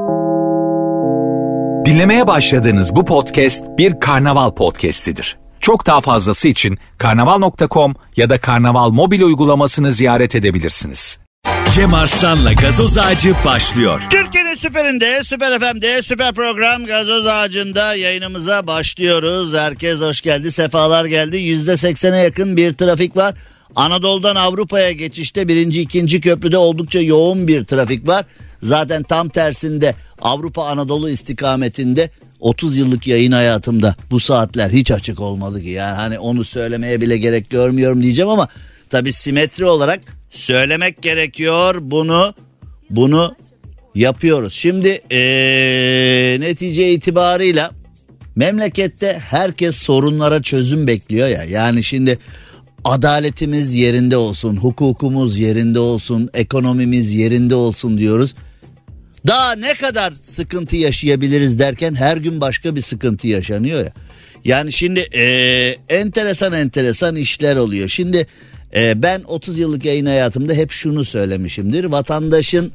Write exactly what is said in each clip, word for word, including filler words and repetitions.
Dinlemeye başladığınız bu podcast bir karnaval podcastidir. Çok daha fazlası için karnaval nokta com ya da karnaval mobil uygulamasını ziyaret edebilirsiniz. Cem Arslan'la Gazoz Ağacı başlıyor. Türkiye'nin süperinde, Süper F M'de, süper program Gazoz Ağacı'nda yayınımıza başlıyoruz. Herkes hoş geldi, sefalar geldi. yüzde seksene yakın bir trafik var. Anadolu'dan Avrupa'ya geçişte birinci, ikinci köprüde oldukça yoğun bir trafik var. Zaten tam tersinde Avrupa Anadolu istikametinde otuz yıllık yayın hayatımda bu saatler hiç açık olmadı ki. Yani hani onu söylemeye bile gerek görmüyorum diyeceğim ama tabii simetri olarak söylemek gerekiyor. Bunu bunu yapıyoruz. Şimdi ee, netice itibarıyla memlekette herkes sorunlara çözüm bekliyor ya. Yani şimdi adaletimiz yerinde olsun, hukukumuz yerinde olsun, ekonomimiz yerinde olsun diyoruz. Daha ne kadar sıkıntı yaşayabiliriz derken her gün başka bir sıkıntı yaşanıyor ya. Yani şimdi ee, enteresan enteresan işler oluyor. Şimdi ee, ben otuz yıllık yayın hayatımda hep şunu söylemişimdir. Vatandaşın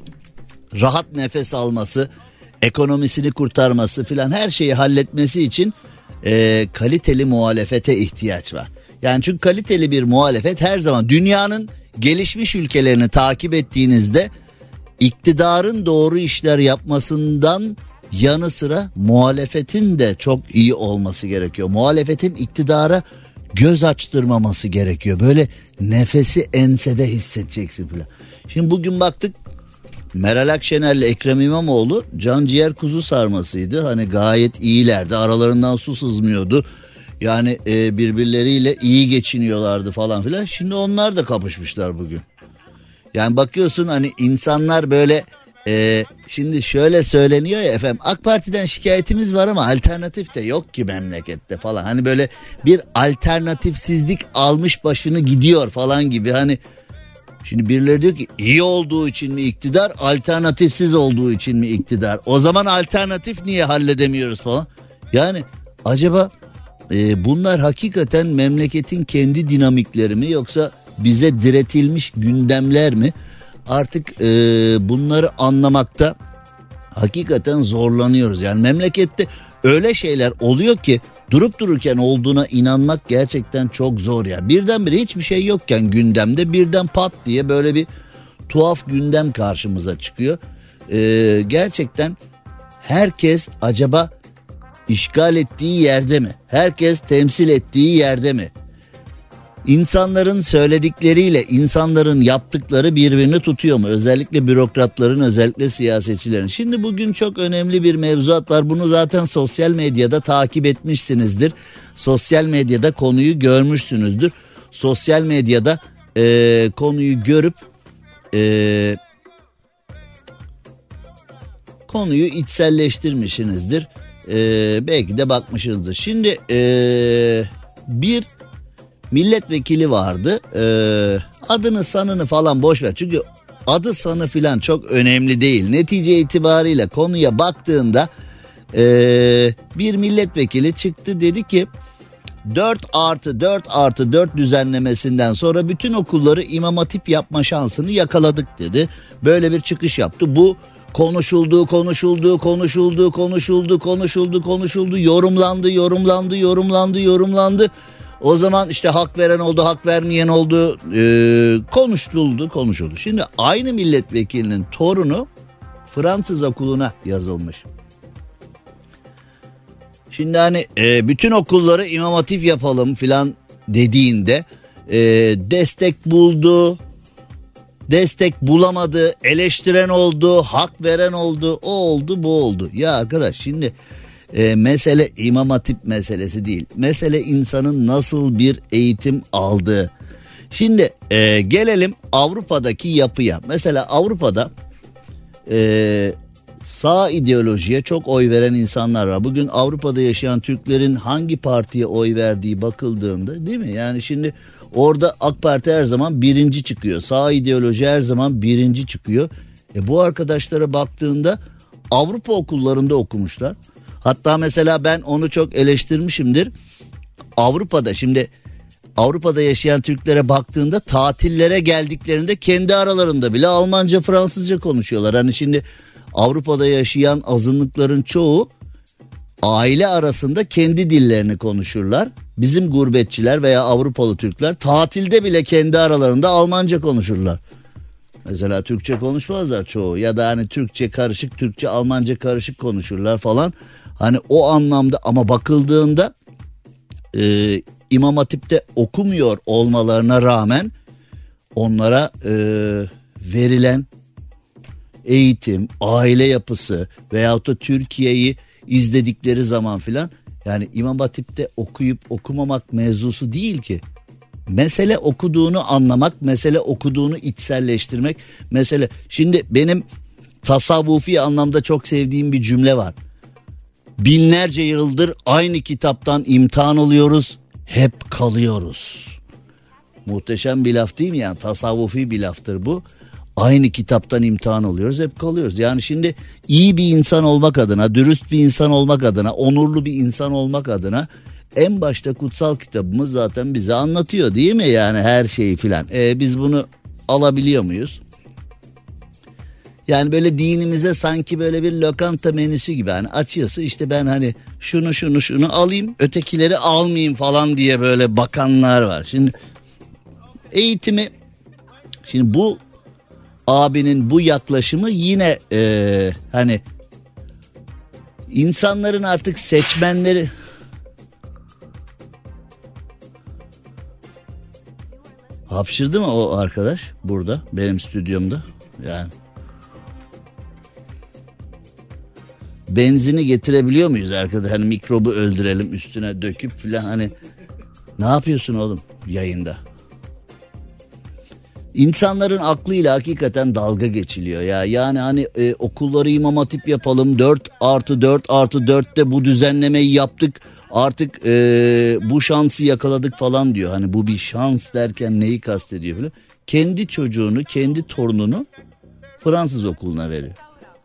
rahat nefes alması, ekonomisini kurtarması filan her şeyi halletmesi için ee, kaliteli muhalefete ihtiyaç var. Yani çünkü kaliteli bir muhalefet her zaman dünyanın gelişmiş ülkelerini takip ettiğinizde iktidarın doğru işler yapmasından yanı sıra muhalefetin de çok iyi olması gerekiyor. Muhalefetin iktidara göz açtırmaması gerekiyor. Böyle nefesi ensede hissedeceksin falan. Şimdi bugün baktık Meral Akşener'le Ekrem İmamoğlu can ciğer kuzu sarmasıydı. Hani gayet iyilerdi. Aralarından su sızmıyordu. Yani e, birbirleriyle iyi geçiniyorlardı falan filan. Şimdi onlar da kapışmışlar bugün. Yani bakıyorsun hani insanlar böyle e, şimdi şöyle söyleniyor ya efendim AK Parti'den şikayetimiz var ama alternatif de yok ki memlekette falan. Hani böyle bir alternatifsizlik almış başını gidiyor falan gibi hani. Şimdi birileri diyor ki iyi olduğu için mi iktidar, alternatifsiz olduğu için mi iktidar? O zaman alternatif niye halledemiyoruz falan. Yani acaba e, bunlar hakikaten memleketin kendi dinamikleri mi yoksa bize diretilmiş gündemler mi? Artık e, bunları anlamakta hakikaten zorlanıyoruz. Yani memlekette öyle şeyler oluyor ki durup dururken olduğuna inanmak gerçekten çok zor ya. Birdenbire hiçbir şey yokken gündemde birden pat diye böyle bir tuhaf gündem karşımıza çıkıyor. Ee, gerçekten herkes acaba işgal ettiği yerde mi? Herkes temsil ettiği yerde mi? İnsanların söyledikleriyle insanların yaptıkları birbirini tutuyor mu? Özellikle bürokratların, özellikle siyasetçilerin. Şimdi bugün çok önemli bir mevzuat var. Bunu zaten sosyal medyada takip etmişsinizdir. Sosyal medyada konuyu görmüşsünüzdür. Sosyal medyada e, konuyu görüp e, konuyu içselleştirmişsinizdir. E, belki de bakmışsınızdır. Şimdi e, bir milletvekili vardı. Ee, adını sanını falan boş ver. Çünkü adı sanı falan çok önemli değil. Netice itibariyle konuya baktığında ee, bir milletvekili çıktı dedi ki dört artı dört artı dört düzenlemesinden sonra bütün okulları İmam Hatip yapma şansını yakaladık dedi. Böyle bir çıkış yaptı. Bu konuşuldu, konuşuldu, konuşuldu, konuşuldu, konuşuldu, konuşuldu, yorumlandı, yorumlandı, yorumlandı, yorumlandı. O zaman işte hak veren oldu, hak vermeyen oldu, ee, konuşuldu, konuşuldu. Şimdi aynı milletvekilinin torunu Fransız okuluna yazılmış. Şimdi hani e, bütün okulları İmam Hatip yapalım filan dediğinde e, destek buldu, destek bulamadı, eleştiren oldu, hak veren oldu, o oldu, bu oldu. Ya arkadaş şimdi... E, mesele İmam Hatip meselesi değil. Mesele insanın nasıl bir eğitim aldığı. Şimdi e, gelelim Avrupa'daki yapıya. Mesela Avrupa'da e, sağ ideolojiye çok oy veren insanlar var. Bugün Avrupa'da yaşayan Türklerin hangi partiye oy verdiği bakıldığında değil mi? Yani şimdi orada AK Parti her zaman birinci çıkıyor. Sağ ideoloji her zaman birinci çıkıyor. E, bu arkadaşlara baktığında Avrupa okullarında okumuşlar. Hatta mesela ben onu çok eleştirmişimdir. Avrupa'da şimdi Avrupa'da yaşayan Türklere baktığında tatillere geldiklerinde kendi aralarında bile Almanca, Fransızca konuşuyorlar. Hani şimdi Avrupa'da yaşayan azınlıkların çoğu aile arasında kendi dillerini konuşurlar. Bizim gurbetçiler veya Avrupalı Türkler tatilde bile kendi aralarında Almanca konuşurlar. Mesela Türkçe konuşmazlar çoğu ya da hani Türkçe karışık, Türkçe Almanca karışık konuşurlar falan. Hani o anlamda ama bakıldığında e, İmam Hatip'te okumuyor olmalarına rağmen onlara e, verilen eğitim, aile yapısı veyahut da Türkiye'yi izledikleri zaman filan, yani İmam Hatip'te okuyup okumamak mevzusu değil ki. Mesele okuduğunu anlamak, mesele okuduğunu içselleştirmek, mesele. Şimdi benim tasavvufi anlamda çok sevdiğim bir cümle var. Binlerce yıldır aynı kitaptan imtihan oluyoruz, hep kalıyoruz. Muhteşem bir laf değil mi yani? Tasavvufi bir laftır bu. Aynı kitaptan imtihan oluyoruz, hep kalıyoruz. Yani şimdi iyi bir insan olmak adına, dürüst bir insan olmak adına, onurlu bir insan olmak adına en başta kutsal kitabımız zaten bize anlatıyor değil mi? Yani her şeyi filan. Ee, biz bunu alabiliyor muyuz? Yani böyle dinimize sanki böyle bir lokanta menüsü gibi, hani açıyorsa işte ben hani şunu şunu şunu alayım, ötekileri almayayım falan diye böyle bakanlar var. Şimdi eğitimi, şimdi bu abinin bu yaklaşımı yine e, hani insanların artık seçmenleri, hapşırdı mı o arkadaş burada benim stüdyomda? Yani benzini getirebiliyor muyuz arkadaş? Hani mikrobu öldürelim üstüne döküp falan, hani ne yapıyorsun oğlum yayında? İnsanların aklıyla hakikaten dalga geçiliyor ya. Yani hani e, okulları İmam Hatip yapalım, dört artı dört artı dörtte bu düzenlemeyi yaptık. Artık e, bu şansı yakaladık falan diyor. Hani bu bir şans derken neyi kastediyor falan. Kendi çocuğunu, kendi torununu Fransız okuluna veriyor.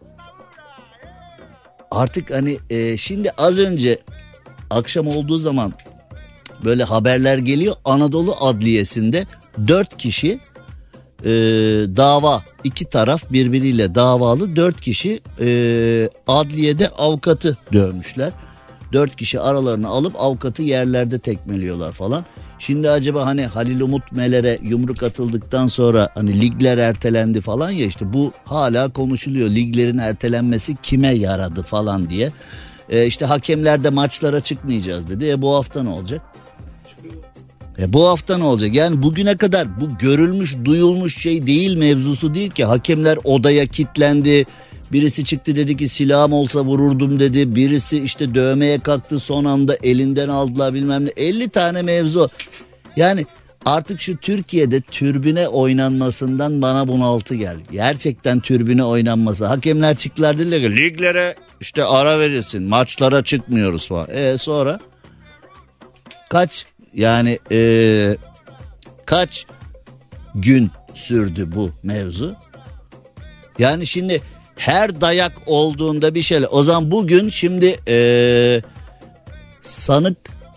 Artık hani e, şimdi az önce akşam olduğu zaman böyle haberler geliyor. Anadolu Adliyesi'nde dört kişi e, dava, iki taraf birbiriyle davalı, dört kişi e, adliyede avukatı dövmüşler. Dört kişi aralarını alıp avukatı yerlerde tekmeliyorlar falan. Şimdi acaba hani Halil Umut Meler'e yumruk atıldıktan sonra hani ligler ertelendi falan ya, işte bu hala konuşuluyor. Liglerin ertelenmesi kime yaradı falan diye. E işte hakemler de maçlara çıkmayacağız dedi. E bu hafta ne olacak? E bu hafta ne olacak? Yani bugüne kadar bu görülmüş, duyulmuş şey değil, mevzusu değil ki. Hakemler odaya kilitlendi. Birisi çıktı dedi ki silahım olsa vururdum dedi. Birisi işte dövmeye kalktı, son anda elinden aldılar bilmem ne. elli tane mevzu. Yani artık şu Türkiye'de türbüne oynanmasından bana bunaltı geldi. Gerçekten türbüne oynanması. Hakemler çıktılar dediler ki liglere işte ara verilsin, maçlara çıkmıyoruz falan. E sonra kaç yani e, kaç gün sürdü bu mevzu? Yani şimdi her dayak olduğunda bir şeyler. O zaman bugün şimdi ee, sanık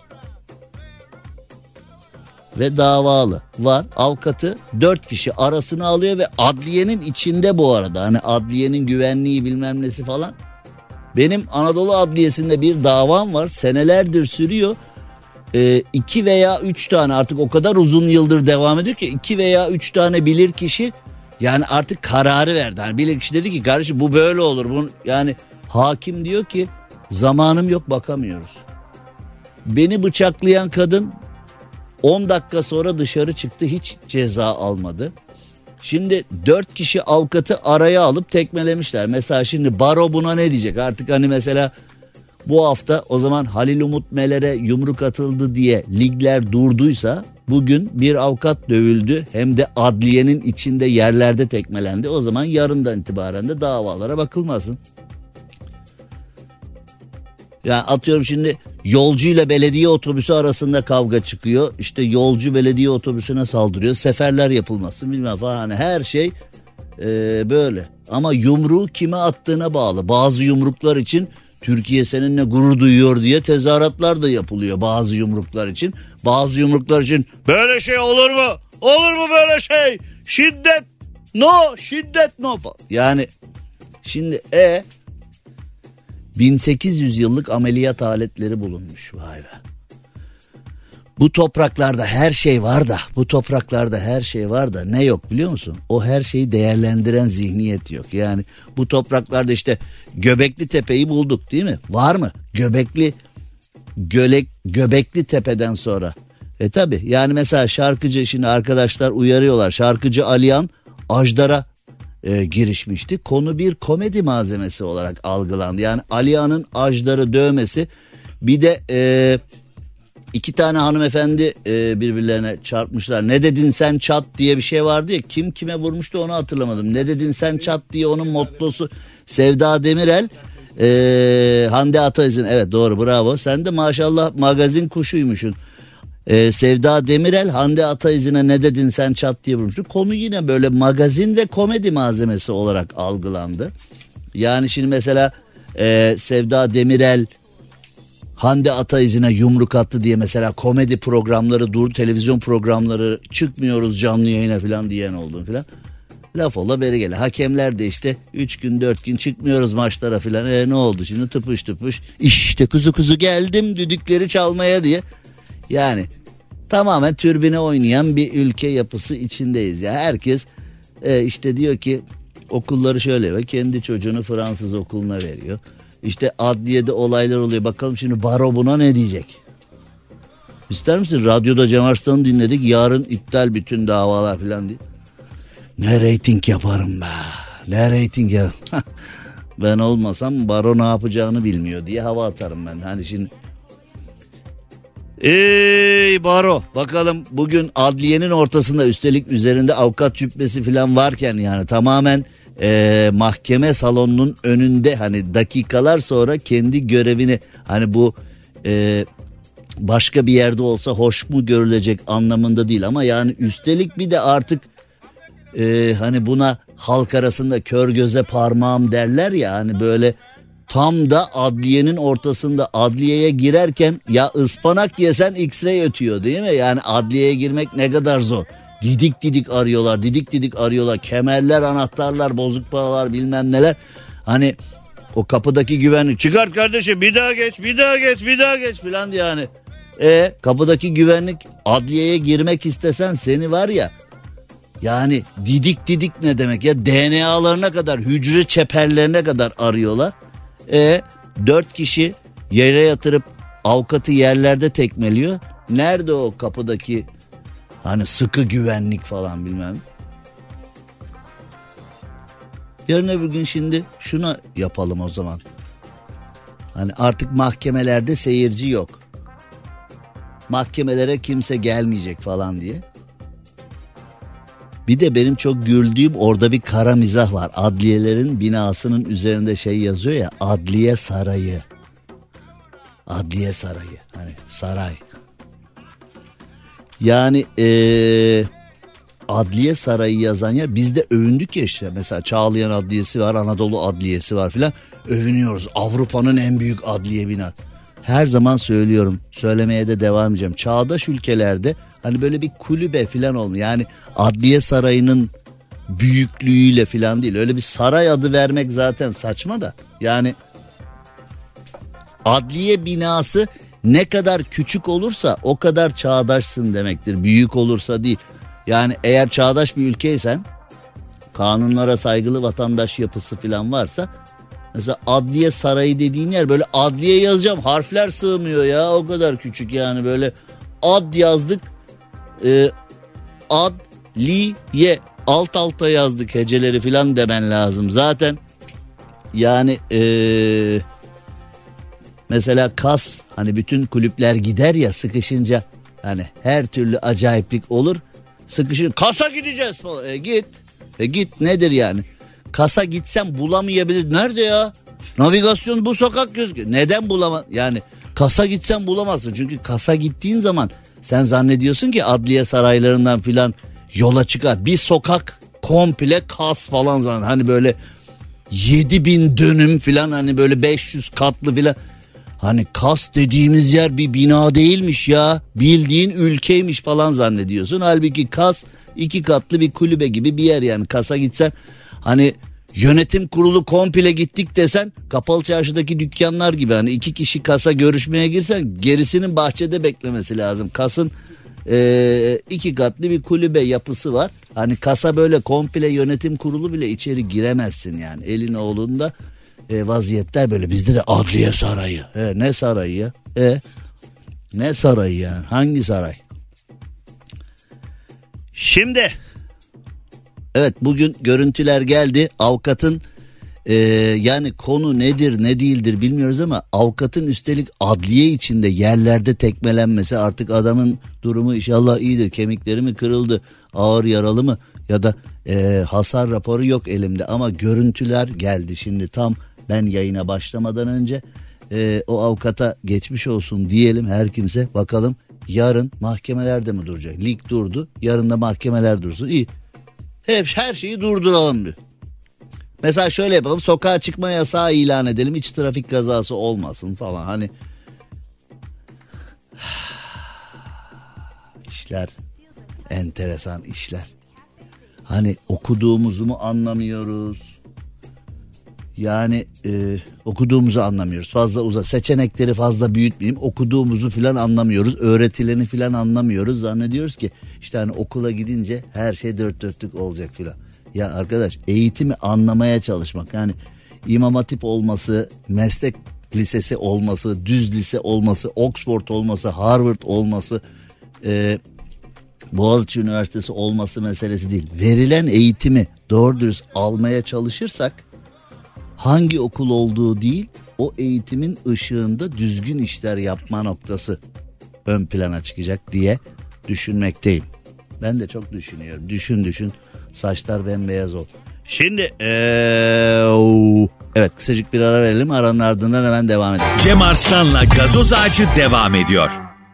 ve davalı var. Avukatı dört kişi arasına alıyor ve adliyenin içinde bu arada. Hani adliyenin güvenliği bilmem nesi falan. Benim Anadolu Adliyesi'nde bir davam var. Senelerdir sürüyor. E, iki veya üç tane, artık o kadar uzun yıldır devam ediyor ki iki veya üç tane bilirkişi yani artık kararı verdi. Hani bilirkişi dedi ki kardeşim bu böyle olur. Bunu, yani hakim diyor ki zamanım yok, bakamıyoruz. Beni bıçaklayan kadın on dakika sonra dışarı çıktı, hiç ceza almadı. Şimdi dört kişi avukatı araya alıp tekmelemişler. Mesela şimdi baro buna ne diyecek? Artık hani mesela bu hafta o zaman Halil Umut Meler'e yumruk atıldı diye ligler durduysa, bugün bir avukat dövüldü hem de adliyenin içinde yerlerde tekmelendi. O zaman yarından itibaren de davalara bakılmasın. Yani atıyorum şimdi yolcuyla belediye otobüsü arasında kavga çıkıyor. İşte yolcu belediye otobüsüne saldırıyor. Seferler yapılmasın bilmem falan. Hani her şey e, böyle. Ama yumruğu kime attığına bağlı. Bazı yumruklar için Türkiye seninle gurur duyuyor diye tezahüratlar da yapılıyor bazı yumruklar için. Bazı yumruklar için böyle şey olur mu? Olur mu böyle şey? Şiddet no, şiddet no. Yani Şimdi e bin sekiz yüz yıllık ameliyat aletleri bulunmuş. Vay be. Bu topraklarda her şey var da, bu topraklarda her şey var da ne yok biliyor musun? O her şeyi değerlendiren zihniyet yok. Yani bu topraklarda işte Göbekli Tepe'yi bulduk değil mi? Var mı? Göbekli Gölek, Göbekli Tepe'den sonra. E tabi yani mesela şarkıcı, şimdi arkadaşlar uyarıyorlar. Şarkıcı Aliyan Ajdar'a e, girişmişti. Konu bir komedi malzemesi olarak algılandı. Yani Aliyan'ın Ajdar'ı dövmesi, bir de e, iki tane hanımefendi e, birbirlerine çarpmışlar. Ne dedin sen çat diye bir şey vardı ya, kim kime vurmuştu onu hatırlamadım. Ne dedin sen çat diye onun mottosu. Sevda Demirel, e, Hande Ataiz'in, evet doğru, bravo. Sen de maşallah magazin kuşuymuşsun. E, Sevda Demirel Hande Ataiz'ine ne dedin sen çat diye vurmuştu. Konu yine böyle magazin ve komedi malzemesi olarak algılandı. Yani şimdi mesela e, Sevda Demirel Hande Ataiz'ine yumruk attı diye mesela komedi programları dur, televizyon programları çıkmıyoruz canlı yayına falan diyen oldu falan. Laf ola beri gele. Hakemler de işte üç gün dört gün çıkmıyoruz maçlara falan. E ne oldu şimdi, tıpış tıpış işte kuzu kuzu geldim düdükleri çalmaya diye. Yani tamamen türbine oynayan bir ülke yapısı içindeyiz. Ya herkes e, işte diyor ki okulları şöyle ve kendi çocuğunu Fransız okuluna veriyor. İşte adliyede olaylar oluyor. Bakalım şimdi baro buna ne diyecek? İster misin? Radyoda Cem Arslan'ı dinledik. Yarın iptal bütün davalar falan diye. Ne reyting yaparım be. Ne reyting ya. Ben olmasam baro ne yapacağını bilmiyor diye hava atarım ben. Hani şimdi. Ey baro. Bakalım bugün adliyenin ortasında, üstelik üzerinde avukat cübbesi falan varken, yani tamamen e, mahkeme salonunun önünde, hani dakikalar sonra kendi görevini, hani bu e, başka bir yerde olsa hoş mu görülecek anlamında değil ama yani üstelik bir de artık e, hani buna halk arasında kör göze parmağım derler ya, hani böyle tam da adliyenin ortasında, adliyeye girerken ya ıspanak yesen X-ray ötüyor değil mi? Yani adliyeye girmek ne kadar zor. Didik didik arıyorlar, didik didik arıyorlar. Kemerler, anahtarlar, bozuk paralar, bilmem neler. Hani o kapıdaki güvenlik, çıkart kardeşim bir daha geç, bir daha geç, bir daha geç falan diye yani. E kapıdaki güvenlik, adliyeye girmek istesen seni var ya, yani didik didik ne demek ya, D N A'larına kadar, hücre çeperlerine kadar arıyorlar. E dört kişi yere yatırıp avukatı yerlerde tekmeliyor. Nerede o kapıdaki hani sıkı güvenlik falan bilmem. Yarın öbür gün şimdi şunu yapalım o zaman. Hani artık mahkemelerde seyirci yok. Mahkemelere kimse gelmeyecek falan diye. Bir de benim çok güldüğüm orada bir kara mizah var. Adliyelerin binasının üzerinde şey yazıyor ya, Adliye Sarayı. Adliye Sarayı. Hani saray. Yani ee, Adliye Sarayı yazan yer, biz de övündük ya işte. Mesela Çağlayan Adliyesi var, Anadolu Adliyesi var filan. Övünüyoruz. Avrupa'nın en büyük adliye binası. Her zaman söylüyorum, söylemeye de devam edeceğim. Çağdaş ülkelerde hani böyle bir kulübe filan olmuyor. Yani Adliye Sarayı'nın büyüklüğüyle filan değil. Öyle bir saray adı vermek zaten saçma da. Yani adliye binası ne kadar küçük olursa o kadar çağdaşsın demektir. Büyük olursa değil. Yani eğer çağdaş bir ülkeysen, kanunlara saygılı vatandaş yapısı filan varsa, mesela Adliye Sarayı dediğin yer, böyle adliye yazacağım harfler sığmıyor ya, o kadar küçük yani. Böyle ad yazdık, e, adliye alt alta yazdık, heceleri filan demen lazım zaten. Yani eee mesela kas, hani bütün kulüpler gider ya sıkışınca, hani her türlü acayiplik olur. Sıkışın, kasa gideceğiz falan. E git. E git nedir yani? Kasa gitsem bulamayabilir. Nerede ya? Navigasyon bu sokak gözüküyor. Neden bulamaz? Yani kasa gitsen bulamazsın. Çünkü kasa gittiğin zaman sen zannediyorsun ki adliye saraylarından filan yola çıkar. Bir sokak komple kas falan zannediyor. Hani böyle yedi bin dönüm filan, hani böyle beş yüz katlı filan. Hani kas dediğimiz yer bir bina değilmiş ya. Bildiğin ülkeymiş falan zannediyorsun. Halbuki kas iki katlı bir kulübe gibi bir yer yani. Kasa gitsen hani Yönetim kurulu komple gittik desen kapalı çarşıdaki dükkanlar gibi, hani iki kişi kasa görüşmeye girsen gerisinin bahçede beklemesi lazım. Kasın e, iki katlı bir kulübe yapısı var. Hani kasa böyle komple yönetim kurulu bile içeri giremezsin yani. Elin oğlunda e, vaziyetler böyle. Bizde de adliye sarayı. E, ne sarayı ya? E, ne sarayı ya? Hangi saray? Şimdi evet, bugün görüntüler geldi. Avukatın e, yani konu nedir ne değildir bilmiyoruz ama avukatın üstelik adliye içinde yerlerde tekmelenmesi, artık adamın durumu inşallah iyidir. Kemikleri mi kırıldı, ağır yaralı mı ya da e, hasar raporu yok elimde ama görüntüler geldi. Şimdi tam ben yayına başlamadan önce e, o avukata geçmiş olsun diyelim her kimse. Bakalım yarın mahkemelerde mi duracak? Lig durdu, yarın da mahkemeler dursun. İyi. Hep her şeyi durduralım bir. Mesela şöyle yapalım, sokağa çıkma yasağı ilan edelim, hiç trafik kazası olmasın falan. Hani işler enteresan işler. Hani okuduğumuzu mu anlamıyoruz? Yani e, okuduğumuzu anlamıyoruz. Fazla uza seçenekleri fazla büyütmeyeyim. Okuduğumuzu filan anlamıyoruz. Öğretileni filan anlamıyoruz. Zannediyoruz ki işte hani okula gidince her şey dört dörtlük olacak filan. Ya arkadaş, eğitimi anlamaya çalışmak. Yani İmam Hatip olması, meslek lisesi olması, düz lise olması, Oxford olması, Harvard olması, e, Boğaziçi Üniversitesi olması meselesi değil. Verilen eğitimi doğru dürüst almaya çalışırsak hangi okul olduğu değil, o eğitimin ışığında düzgün işler yapma noktası ön plana çıkacak diye düşünmekteyim. Ben de çok düşünüyorum. Düşün düşün saçlar bembeyaz ol. Şimdi ee, evet, kısacık bir ara verelim. Aranın ardından hemen devam edelim. Cem Arslan'la Gazoz Ağacı devam ediyor.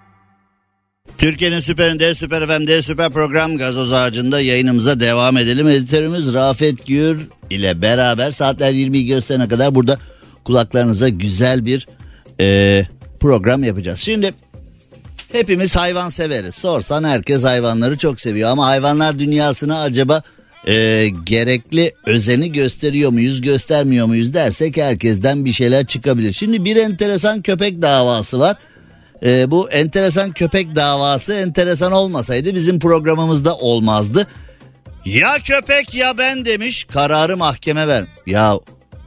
Türkiye'nin süperinde, Süper F M'de, süper program Gazoz Ağacı'nda yayınımıza devam edelim. Editörümüz Rafet Gür ile beraber saatler yirmiyi gösterene kadar burada kulaklarınıza güzel bir e, program yapacağız. Şimdi hepimiz hayvan severiz. Sorsan herkes hayvanları çok seviyor ama hayvanlar dünyasına acaba e, gerekli özeni gösteriyor muyuz, göstermiyor muyuz dersek herkesten bir şeyler çıkabilir. Şimdi bir enteresan köpek davası var. Ee, bu enteresan köpek davası enteresan olmasaydı bizim programımızda olmazdı. Ya köpek ya ben demiş, kararı mahkeme ver. Ya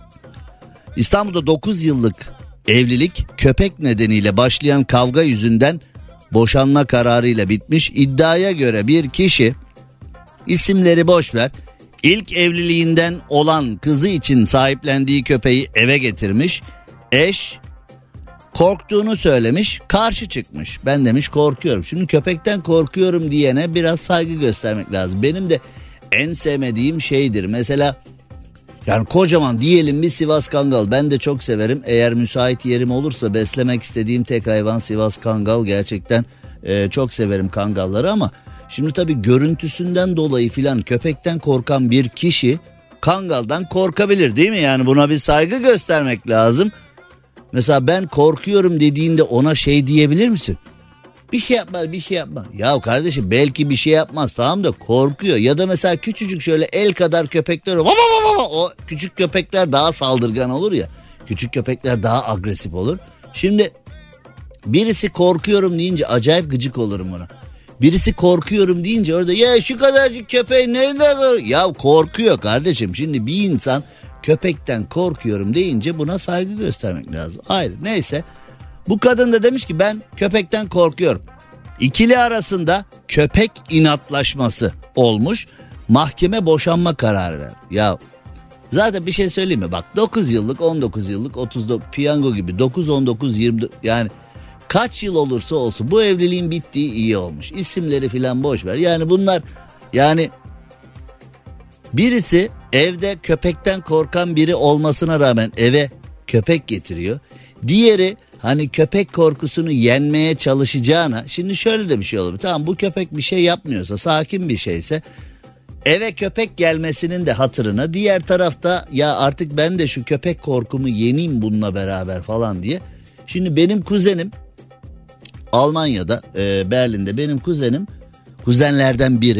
İstanbul'da dokuz yıllık evlilik köpek nedeniyle başlayan kavga yüzünden boşanma kararıyla bitmiş. İddiaya göre bir kişi, isimleri boş ver, ilk evliliğinden olan kızı için sahiplendiği köpeği eve getirmiş. Eş korktuğunu söylemiş, karşı çıkmış. Ben demiş korkuyorum. Şimdi köpekten korkuyorum diyene biraz saygı göstermek lazım. Benim de en sevmediğim şeydir. Mesela yani kocaman diyelim bir Sivas Kangal. Ben de çok severim. Eğer müsait yerim olursa beslemek istediğim tek hayvan Sivas Kangal. Gerçekten e, çok severim kangalları ama şimdi tabii görüntüsünden dolayı filan köpekten korkan bir kişi kangaldan korkabilir değil mi? Yani buna bir saygı göstermek lazım. Mesela ben korkuyorum dediğinde ona şey diyebilir misin? Bir şey yapmaz, bir şey yapmaz. Ya kardeşim belki bir şey yapmaz, tamam da korkuyor. Ya da mesela küçücük şöyle el kadar köpekler, o küçük köpekler daha saldırgan olur ya. Küçük köpekler daha agresif olur. Şimdi birisi korkuyorum deyince acayip gıcık olurum ona. Birisi korkuyorum deyince orada ya şu kadarcık köpeği neyden? Ya korkuyor kardeşim. Şimdi bir insan köpekten korkuyorum deyince buna saygı göstermek lazım. Hayır, neyse. Bu kadın da demiş ki ben köpekten korkuyorum. İkili arasında köpek inatlaşması olmuş. Mahkeme boşanma kararı verdi. Ya zaten bir şey söyleyeyim mi? Bak dokuz yıllık, on dokuz yıllık, otuz dokuz piyango gibi dokuz, on dokuz, yirmi yani kaç yıl olursa olsun bu evliliğin bittiği iyi olmuş. İsimleri filan boş ver. Yani bunlar yani birisi evde köpekten korkan biri olmasına rağmen eve köpek getiriyor. Diğeri hani köpek korkusunu yenmeye çalışacağına, şimdi şöyle de bir şey olur. Tamam, bu köpek bir şey yapmıyorsa, sakin bir şeyse eve köpek gelmesinin de hatırına diğer tarafta ya artık ben de şu köpek korkumu yeneyim bununla beraber falan diye. Şimdi benim kuzenim Almanya'da, e, Berlin'de benim kuzenim, kuzenlerden biri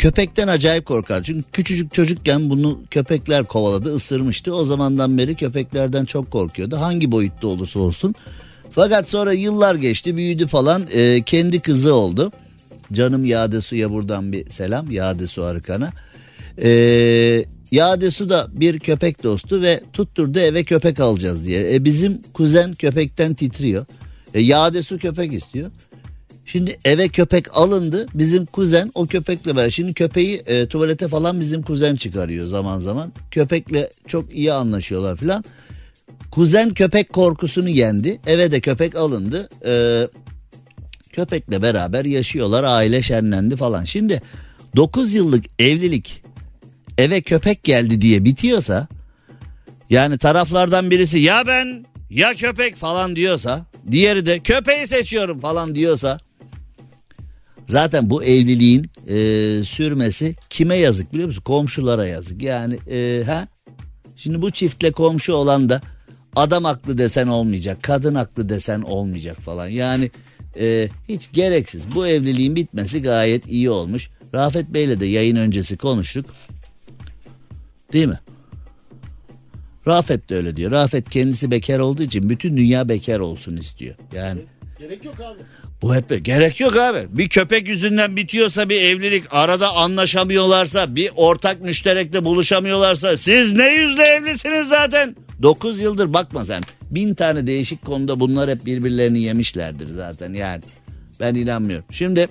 köpekten acayip korkar. Çünkü küçücük çocukken bunu köpekler kovaladı, ısırmıştı. O zamandan beri köpeklerden çok korkuyordu. Hangi boyutta olursa olsun. Fakat sonra yıllar geçti, büyüdü falan. E, kendi kızı oldu. Canım Yadesu'ya buradan bir selam. Yadesu Arıkan'a. E, Yadesu da bir köpek dostu ve tutturdu eve köpek alacağız diye. E, bizim kuzen köpekten titriyor. E, Yadesu köpek istiyor. Şimdi eve köpek alındı. Bizim kuzen o köpekle beraber. Şimdi köpeği e, tuvalete falan bizim kuzen çıkarıyor zaman zaman. Köpekle çok iyi anlaşıyorlar falan. Kuzen köpek korkusunu yendi. Eve de köpek alındı. E, köpekle beraber yaşıyorlar. Aile şenlendi falan. Şimdi dokuz yıllık evlilik eve köpek geldi diye bitiyorsa, yani taraflardan birisi ya ben ya köpek falan diyorsa, diğeri de köpeği seçiyorum falan diyorsa, zaten bu evliliğin e, sürmesi kime yazık biliyor musun? Komşulara yazık. Yani e, ha şimdi bu çiftle komşu olan da adam haklı desen olmayacak, kadın haklı desen olmayacak falan. Yani e, hiç gereksiz. Bu evliliğin bitmesi gayet iyi olmuş. Rafet Bey'le de yayın öncesi konuştuk. Değil mi? Rafet de öyle diyor. Rafet kendisi bekar olduğu için bütün dünya bekar olsun istiyor. Yani gerek yok abi. Bu hep gerek yok abi. Bir köpek yüzünden bitiyorsa bir evlilik, arada anlaşamıyorlarsa, bir ortak müşterekte buluşamıyorlarsa, siz ne yüzle evlisiniz zaten? dokuz yıldır bakma sen. Bin tane değişik konuda bunlar hep birbirlerini yemişlerdir zaten yani. Ben inanmıyorum. Şimdi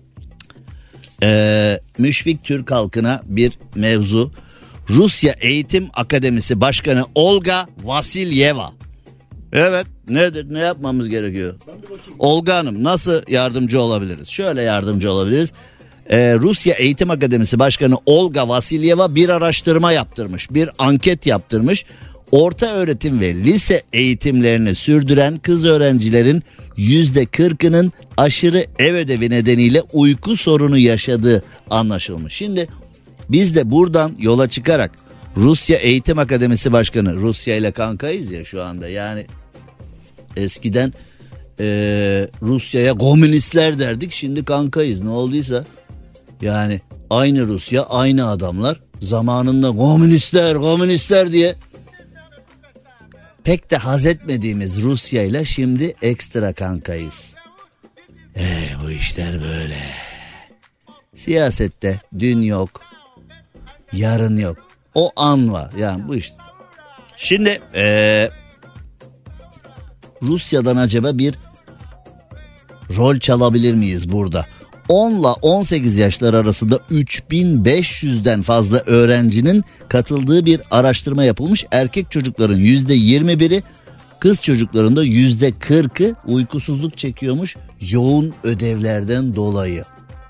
ee, Müşfik Türk halkına bir mevzu. Rusya Eğitim Akademisi Başkanı Olga Vasilyeva. Evet, nedir, ne yapmamız gerekiyor? Olga Hanım, nasıl yardımcı olabiliriz? Şöyle yardımcı olabiliriz. Ee, Rusya Eğitim Akademisi Başkanı Olga Vasilyeva bir araştırma yaptırmış, bir anket yaptırmış. Orta öğretim ve lise eğitimlerini sürdüren kız öğrencilerin yüzde kırkının aşırı ev ödevi nedeniyle uyku sorunu yaşadığı anlaşılmış. Şimdi biz de buradan yola çıkarak Rusya Eğitim Akademisi Başkanı, Rusya ile kankayız ya şu anda, yani eskiden e, Rusya'ya komünistler derdik, şimdi kankayız, ne olduysa yani aynı Rusya, aynı adamlar zamanında komünistler komünistler diye pek de haz etmediğimiz Rusya ile şimdi ekstra kankayız. E, bu işler böyle. Siyasette dün yok, yarın yok. O an var. Yani bu işte. Şimdi ee, Rusya'dan acaba bir rol çalabilir miyiz burada? on ile on sekiz yaşlar arasında üç bin beş yüzden fazla öğrencinin katıldığı bir araştırma yapılmış. Erkek çocukların yüzde yirmi biri, kız çocukların da yüzde kırkı uykusuzluk çekiyormuş yoğun ödevlerden dolayı.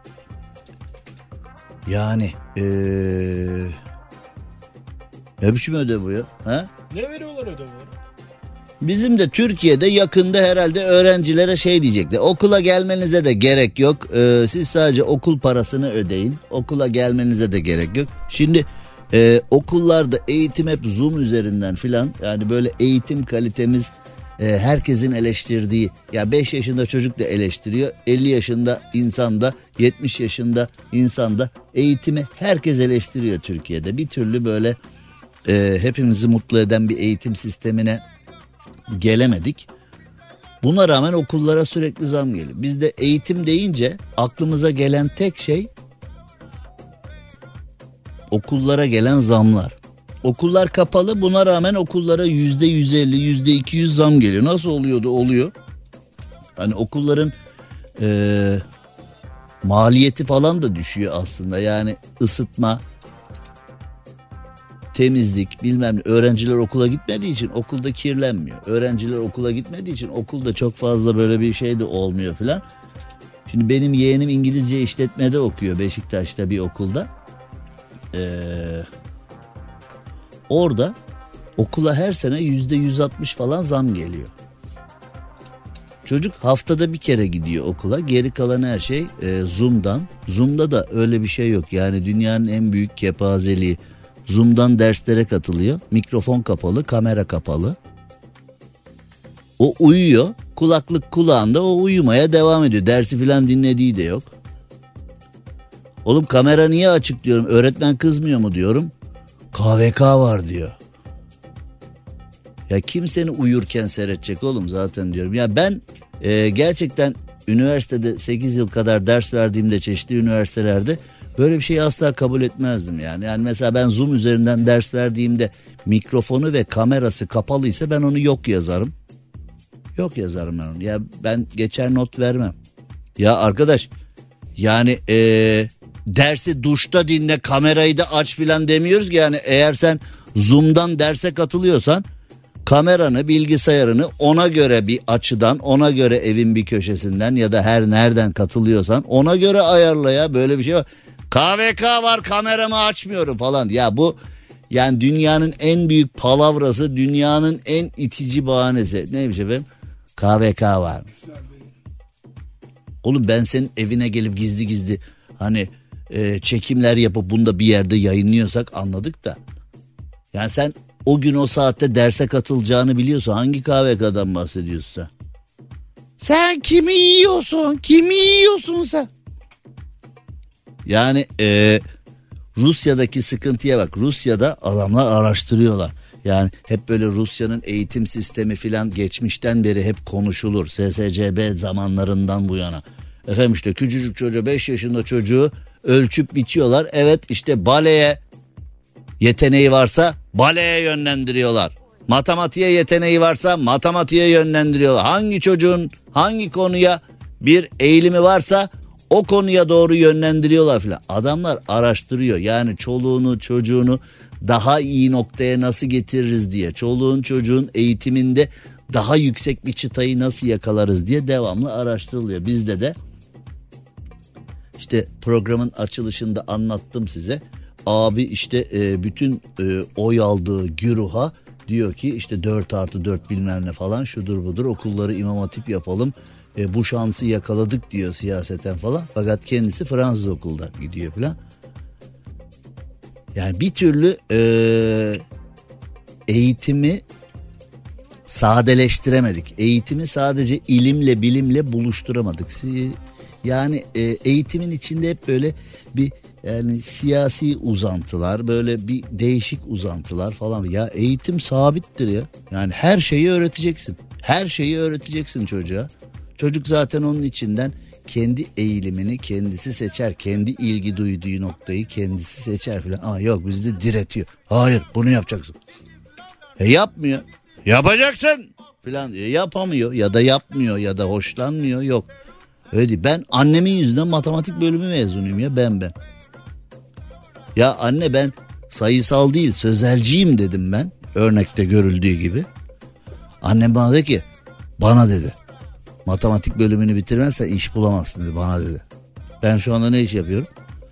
Yani ee, ne biçim ödev bu ya? Ha? Ne veriyorlar ödevleri? Bizim de Türkiye'de yakında herhalde öğrencilere şey diyecekler. Okula gelmenize de gerek yok. Ee, siz sadece okul parasını ödeyin. Okula gelmenize de gerek yok. Şimdi e, okullarda eğitim hep Zoom üzerinden filan. Yani böyle eğitim kalitemiz e, herkesin eleştirdiği. Ya beş yaşında çocuk da eleştiriyor. elli yaşında insan da, yetmiş yaşında insan da eğitimi herkes eleştiriyor Türkiye'de. Bir türlü böyle e, hepimizi mutlu eden bir eğitim sistemine gelemedik. Buna rağmen okullara sürekli zam geliyor. Biz de eğitim deyince aklımıza gelen tek şey okullara gelen zamlar. Okullar kapalı, buna rağmen okullara yüzde yüz elli, yüzde iki yüz zam geliyor. Nasıl oluyordu? Oluyor. Hani okulların e, maliyeti falan da düşüyor aslında. Yani ısıtma, temizlik, bilmem ne. Öğrenciler okula gitmediği için okulda kirlenmiyor. Öğrenciler okula gitmediği için okulda çok fazla böyle bir şey de olmuyor filan. Şimdi benim yeğenim İngilizce işletmede okuyor, Beşiktaş'ta bir okulda. Ee, orada okula her sene yüzde yüz altmış falan zam geliyor. Çocuk haftada bir kere gidiyor okula. Geri kalan her şey e, Zoom'dan. Zoom'da da öyle bir şey yok. Yani dünyanın en büyük kepazeliği. Zoom'dan derslere katılıyor. Mikrofon kapalı, kamera kapalı. O uyuyor. Kulaklık kulağında, o uyumaya devam ediyor. Dersi filan dinlediği de yok. Oğlum kamera niye açık diyorum. Öğretmen kızmıyor mu diyorum. K V K var diyor. Ya kim seni uyurken seyredecek oğlum zaten diyorum. Ya ben e, gerçekten üniversitede sekiz yıl kadar ders verdiğimde çeşitli üniversitelerde böyle bir şeyi asla kabul etmezdim yani. Yani mesela ben Zoom üzerinden ders verdiğimde mikrofonu ve kamerası kapalıysa ben onu yok yazarım. Yok yazarım ben onu. Ya ben geçer not vermem. Ya arkadaş yani e, dersi duşta dinle, kamerayı da aç filan demiyoruz ki. Yani eğer sen Zoom'dan derse katılıyorsan kameranı, bilgisayarını ona göre bir açıdan, ona göre evin bir köşesinden ya da her nereden katılıyorsan ona göre ayarla ya. Böyle bir şey var. K V K var, kameramı açmıyorum falan. Ya bu yani dünyanın en büyük palavrası, dünyanın en itici bahanesi. Neymiş efendim? K V K var. Oğlum ben senin evine gelip gizli gizli hani e, çekimler yapıp bunu da bir yerde yayınlıyorsak anladık da. Yani sen o gün o saatte derse katılacağını biliyorsun. Hangi K V K'dan bahsediyorsun sen? Sen kimi yiyorsun? Kimi yiyorsun sen? Yani e, Rusya'daki sıkıntıya bak. Rusya'da adamlar araştırıyorlar. Yani hep böyle Rusya'nın eğitim sistemi filan geçmişten beri hep konuşulur. S S C B zamanlarından bu yana. Efendim işte küçücük çocuğu, beş yaşında çocuğu ölçüp biçiyorlar. Evet işte baleye yeteneği varsa baleye yönlendiriyorlar. Matematiğe yeteneği varsa matematiğe yönlendiriyorlar. Hangi çocuğun hangi konuya bir eğilimi varsa o konuya doğru yönlendiriyorlar filan. Adamlar araştırıyor. Yani çoluğunu çocuğunu daha iyi noktaya nasıl getiririz diye. Çoluğun çocuğun eğitiminde daha yüksek bir çıtayı nasıl yakalarız diye devamlı araştırılıyor. Bizde de işte programın açılışında anlattım size. Abi işte e, bütün e, oy aldığı güruha diyor ki işte dört artı dört bilmem ne falan şudur budur, okulları İmam Hatip yapalım. E, bu şansı yakaladık diyor siyaseten falan. Fakat kendisi Fransız okulda gidiyor falan. Yani bir türlü e, eğitimi sadeleştiremedik. Eğitimi sadece ilimle bilimle buluşturamadık. Yani e, eğitimin içinde hep böyle bir yani siyasi uzantılar, böyle bir değişik uzantılar falan. Ya eğitim sabittir ya. Yani her şeyi öğreteceksin. Her şeyi öğreteceksin çocuğa. Çocuk zaten onun içinden kendi eğilimini kendisi seçer. Kendi ilgi duyduğu noktayı kendisi seçer falan. Aa yok bizde diretiyor. Hayır bunu yapacaksın. E yapmıyor. Yapacaksın falan. E, yapamıyor ya da yapmıyor ya da hoşlanmıyor. Yok. Öyle değil. Ben annemin yüzünden matematik bölümü mezunuyum ya ben ben. Ya anne ben sayısal değil sözelciyim dedim ben. Örnekte görüldüğü gibi. Annem bana dedi ki bana dedi. Matematik bölümünü bitirmezsen iş bulamazsın dedi bana dedi. Ben şu anda ne iş yapıyorum?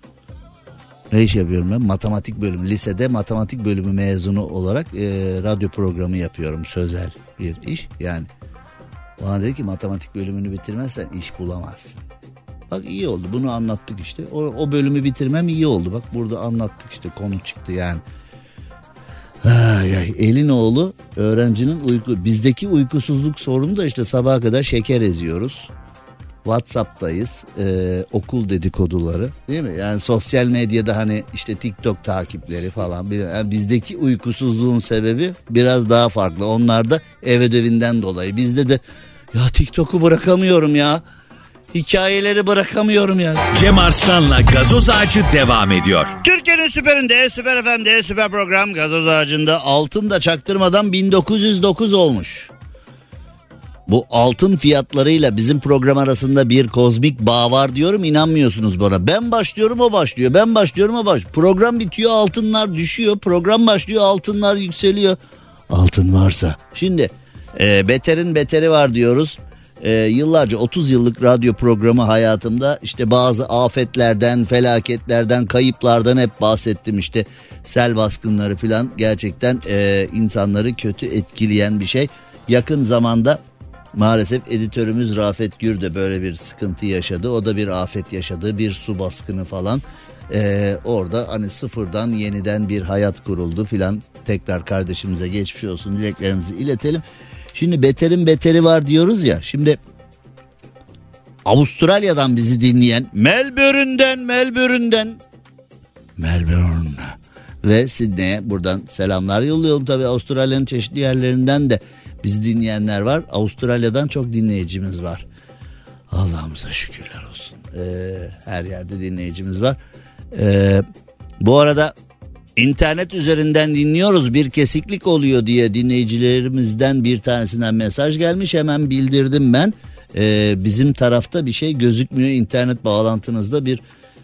Ne iş yapıyorum ben? Matematik bölümü. Lisede matematik bölümü mezunu olarak e, radyo programı yapıyorum. Sözel bir iş yani. Bana dedi ki matematik bölümünü bitirmezsen iş bulamazsın. Bak iyi oldu bunu anlattık işte. O, o bölümü bitirmem iyi oldu. Bak burada anlattık işte konu çıktı yani. Ay ay, Elinoğlu öğrencinin uyku. Bizdeki uykusuzluk sorunu da işte sabaha kadar şeker eziyoruz. WhatsApp'tayız. Ee, okul dedikoduları değil mi? Yani sosyal medyada hani işte TikTok takipleri falan. Yani bizdeki uykusuzluğun sebebi biraz daha farklı. Onlar da ev ödevinden dolayı. Bizde de ya TikTok'u bırakamıyorum ya. Hikayeleri bırakamıyorum ya. Cem Arslan'la Gazoz Ağacı devam ediyor. Türkiye'nin süperinde, Süper F M'de, süper program Gazoz Ağacı'nda altın da çaktırmadan bin dokuz yüz dokuz olmuş. Bu altın fiyatlarıyla bizim program arasında bir kozmik bağ var diyorum, inanmıyorsunuz bana. Ben başlıyorum o başlıyor, ben başlıyorum o başlıyor. Program bitiyor altınlar düşüyor, program başlıyor altınlar yükseliyor. Altın varsa. Şimdi e, beterin beteri var diyoruz. Ee, yıllarca otuz yıllık radyo programı hayatımda işte bazı afetlerden, felaketlerden, kayıplardan hep bahsettim. İşte sel baskınları falan gerçekten e, insanları kötü etkileyen bir şey. Yakın zamanda maalesef editörümüz Rafet Gür de böyle bir sıkıntı yaşadı. O da bir afet yaşadı, bir su baskını falan. Ee, orada hani sıfırdan yeniden bir hayat kuruldu filan. Tekrar kardeşimize geçmiş olsun dileklerimizi iletelim. Şimdi beterin beteri var diyoruz ya. Şimdi Avustralya'dan bizi dinleyen, Melbourne'den, Melbourne'den, Melbourne ve Sydney'e buradan selamlar yolluyorum. Tabii Avustralya'nın çeşitli yerlerinden de bizi dinleyenler var. Avustralya'dan çok dinleyicimiz var. Allah'ımıza şükürler olsun. Ee, her yerde dinleyicimiz var. Ee, bu arada internet üzerinden dinliyoruz, bir kesiklik oluyor diye dinleyicilerimizden bir tanesinden mesaj gelmiş. Hemen bildirdim ben. Ee, bizim tarafta bir şey gözükmüyor. İnternet bağlantınızda bir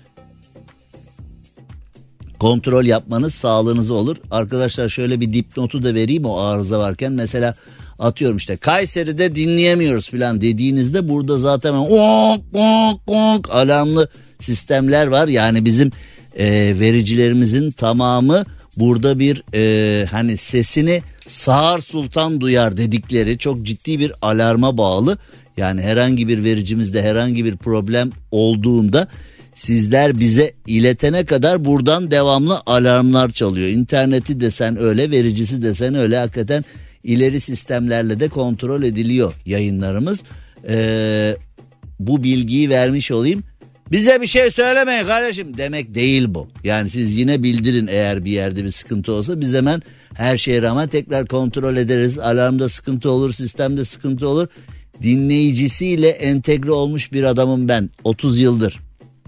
kontrol yapmanız sağlığınıza olur. Arkadaşlar şöyle bir dipnotu da vereyim o arıza varken. Mesela atıyorum işte Kayseri'de dinleyemiyoruz falan dediğinizde burada zaten onk onk onk alarmlı sistemler var. Yani bizim e, vericilerimizin tamamı burada bir e, hani sesini Sağır Sultan duyar dedikleri çok ciddi bir alarma bağlı. Yani herhangi bir vericimizde herhangi bir problem olduğunda sizler bize iletene kadar buradan devamlı alarmlar çalıyor. İnterneti desen öyle, vericisi desen öyle, hakikaten ileri sistemlerle de kontrol ediliyor yayınlarımız. Ee, bu bilgiyi vermiş olayım. Bize bir şey söylemeyin kardeşim demek değil bu. Yani siz yine bildirin eğer bir yerde bir sıkıntı olsa, biz hemen her şeye rağmen tekrar kontrol ederiz. Alarmda sıkıntı olur, sistemde sıkıntı olur. Dinleyicisiyle entegre olmuş bir adamım ben otuz yıldır.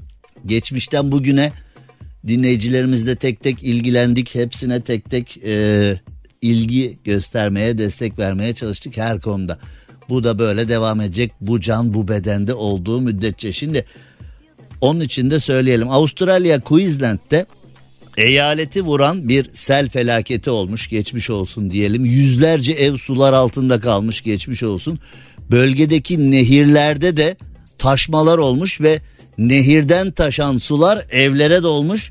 Geçmişten bugüne dinleyicilerimizle tek tek ilgilendik. Hepsine tek tek e, ilgi göstermeye, destek vermeye çalıştık her konuda. Bu da böyle devam edecek, bu can bu bedende olduğu müddetçe. Şimdi onun için de söyleyelim. Avustralya Queensland'de eyaleti vuran bir sel felaketi olmuş, geçmiş olsun diyelim. Yüzlerce ev sular altında kalmış, geçmiş olsun. Bölgedeki nehirlerde de taşmalar olmuş ve nehirden taşan sular evlere dolmuş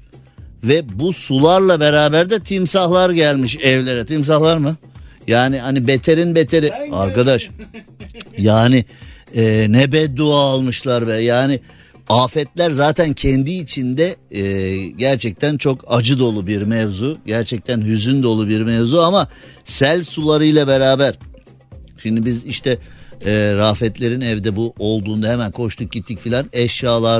ve bu sularla beraber de timsahlar gelmiş evlere. Timsahlar mı? Yani hani beterin beteri arkadaş. Yani e, ne beddua almışlar be. Yani afetler zaten kendi içinde e, gerçekten çok acı dolu bir mevzu. Gerçekten hüzün dolu bir mevzu ama sel sularıyla beraber. Şimdi biz işte e, Rafetlerin evde bu olduğunda hemen koştuk gittik filan, eşyalar,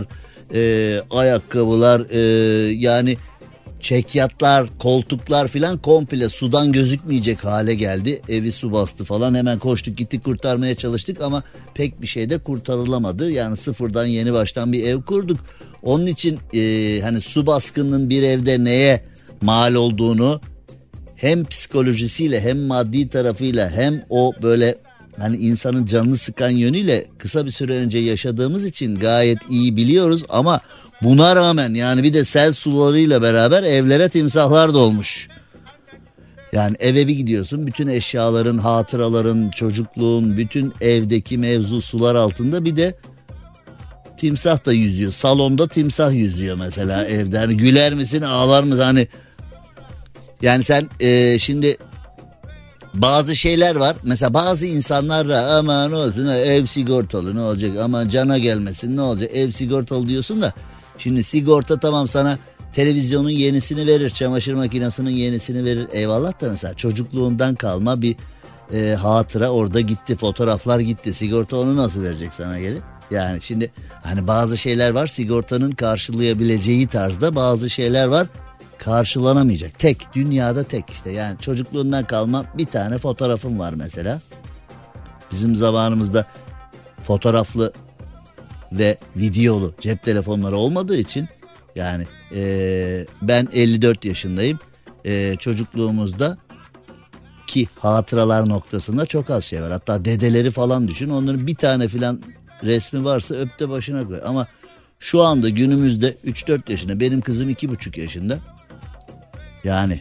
e, ayakkabılar, e, yani çekyatlar, koltuklar filan komple sudan gözükmeyecek hale geldi. Evi su bastı falan, hemen koştuk gittik kurtarmaya çalıştık ama pek bir şey de kurtarılamadı. Yani sıfırdan yeni baştan bir ev kurduk. Onun için e, hani su baskınının bir evde neye mal olduğunu hem psikolojisiyle hem maddi tarafıyla hem o böyle hani insanın canını sıkan yönüyle kısa bir süre önce yaşadığımız için gayet iyi biliyoruz ama buna rağmen yani bir de sel sularıyla beraber evlere timsahlar dolmuş. Yani eve bir gidiyorsun, bütün eşyaların, hatıraların, çocukluğun, bütün evdeki mevzu sular altında, bir de timsah da yüzüyor. Salonda timsah yüzüyor mesela evde. Hani güler misin, ağlar mısın? Hani yani sen e, şimdi bazı şeyler var. Mesela bazı insanlar da aman olsun ev sigortalı ne olacak, aman cana gelmesin ne olacak, ev sigortalı diyorsun da şimdi sigorta tamam sana televizyonun yenisini verir, çamaşır makinesinin yenisini verir, eyvallah da mesela çocukluğundan kalma bir e, hatıra orada gitti, fotoğraflar gitti, sigorta onu nasıl verecek sana gelip? Yani şimdi hani bazı şeyler var sigortanın karşılayabileceği tarzda, bazı şeyler var karşılanamayacak. Tek, dünyada tek işte. Yani çocukluğundan kalma bir tane fotoğrafım var mesela. Bizim zamanımızda fotoğraflı ve videolu cep telefonları olmadığı için yani e, ben elli dört yaşındayım. E, çocukluğumuzda ki hatıralar noktasında çok az şey var. Hatta dedeleri falan düşün. Onların bir tane filan resmi varsa öp de başına koy. Ama şu anda günümüzde üç dört yaşında, benim kızım iki buçuk yaşında. Yani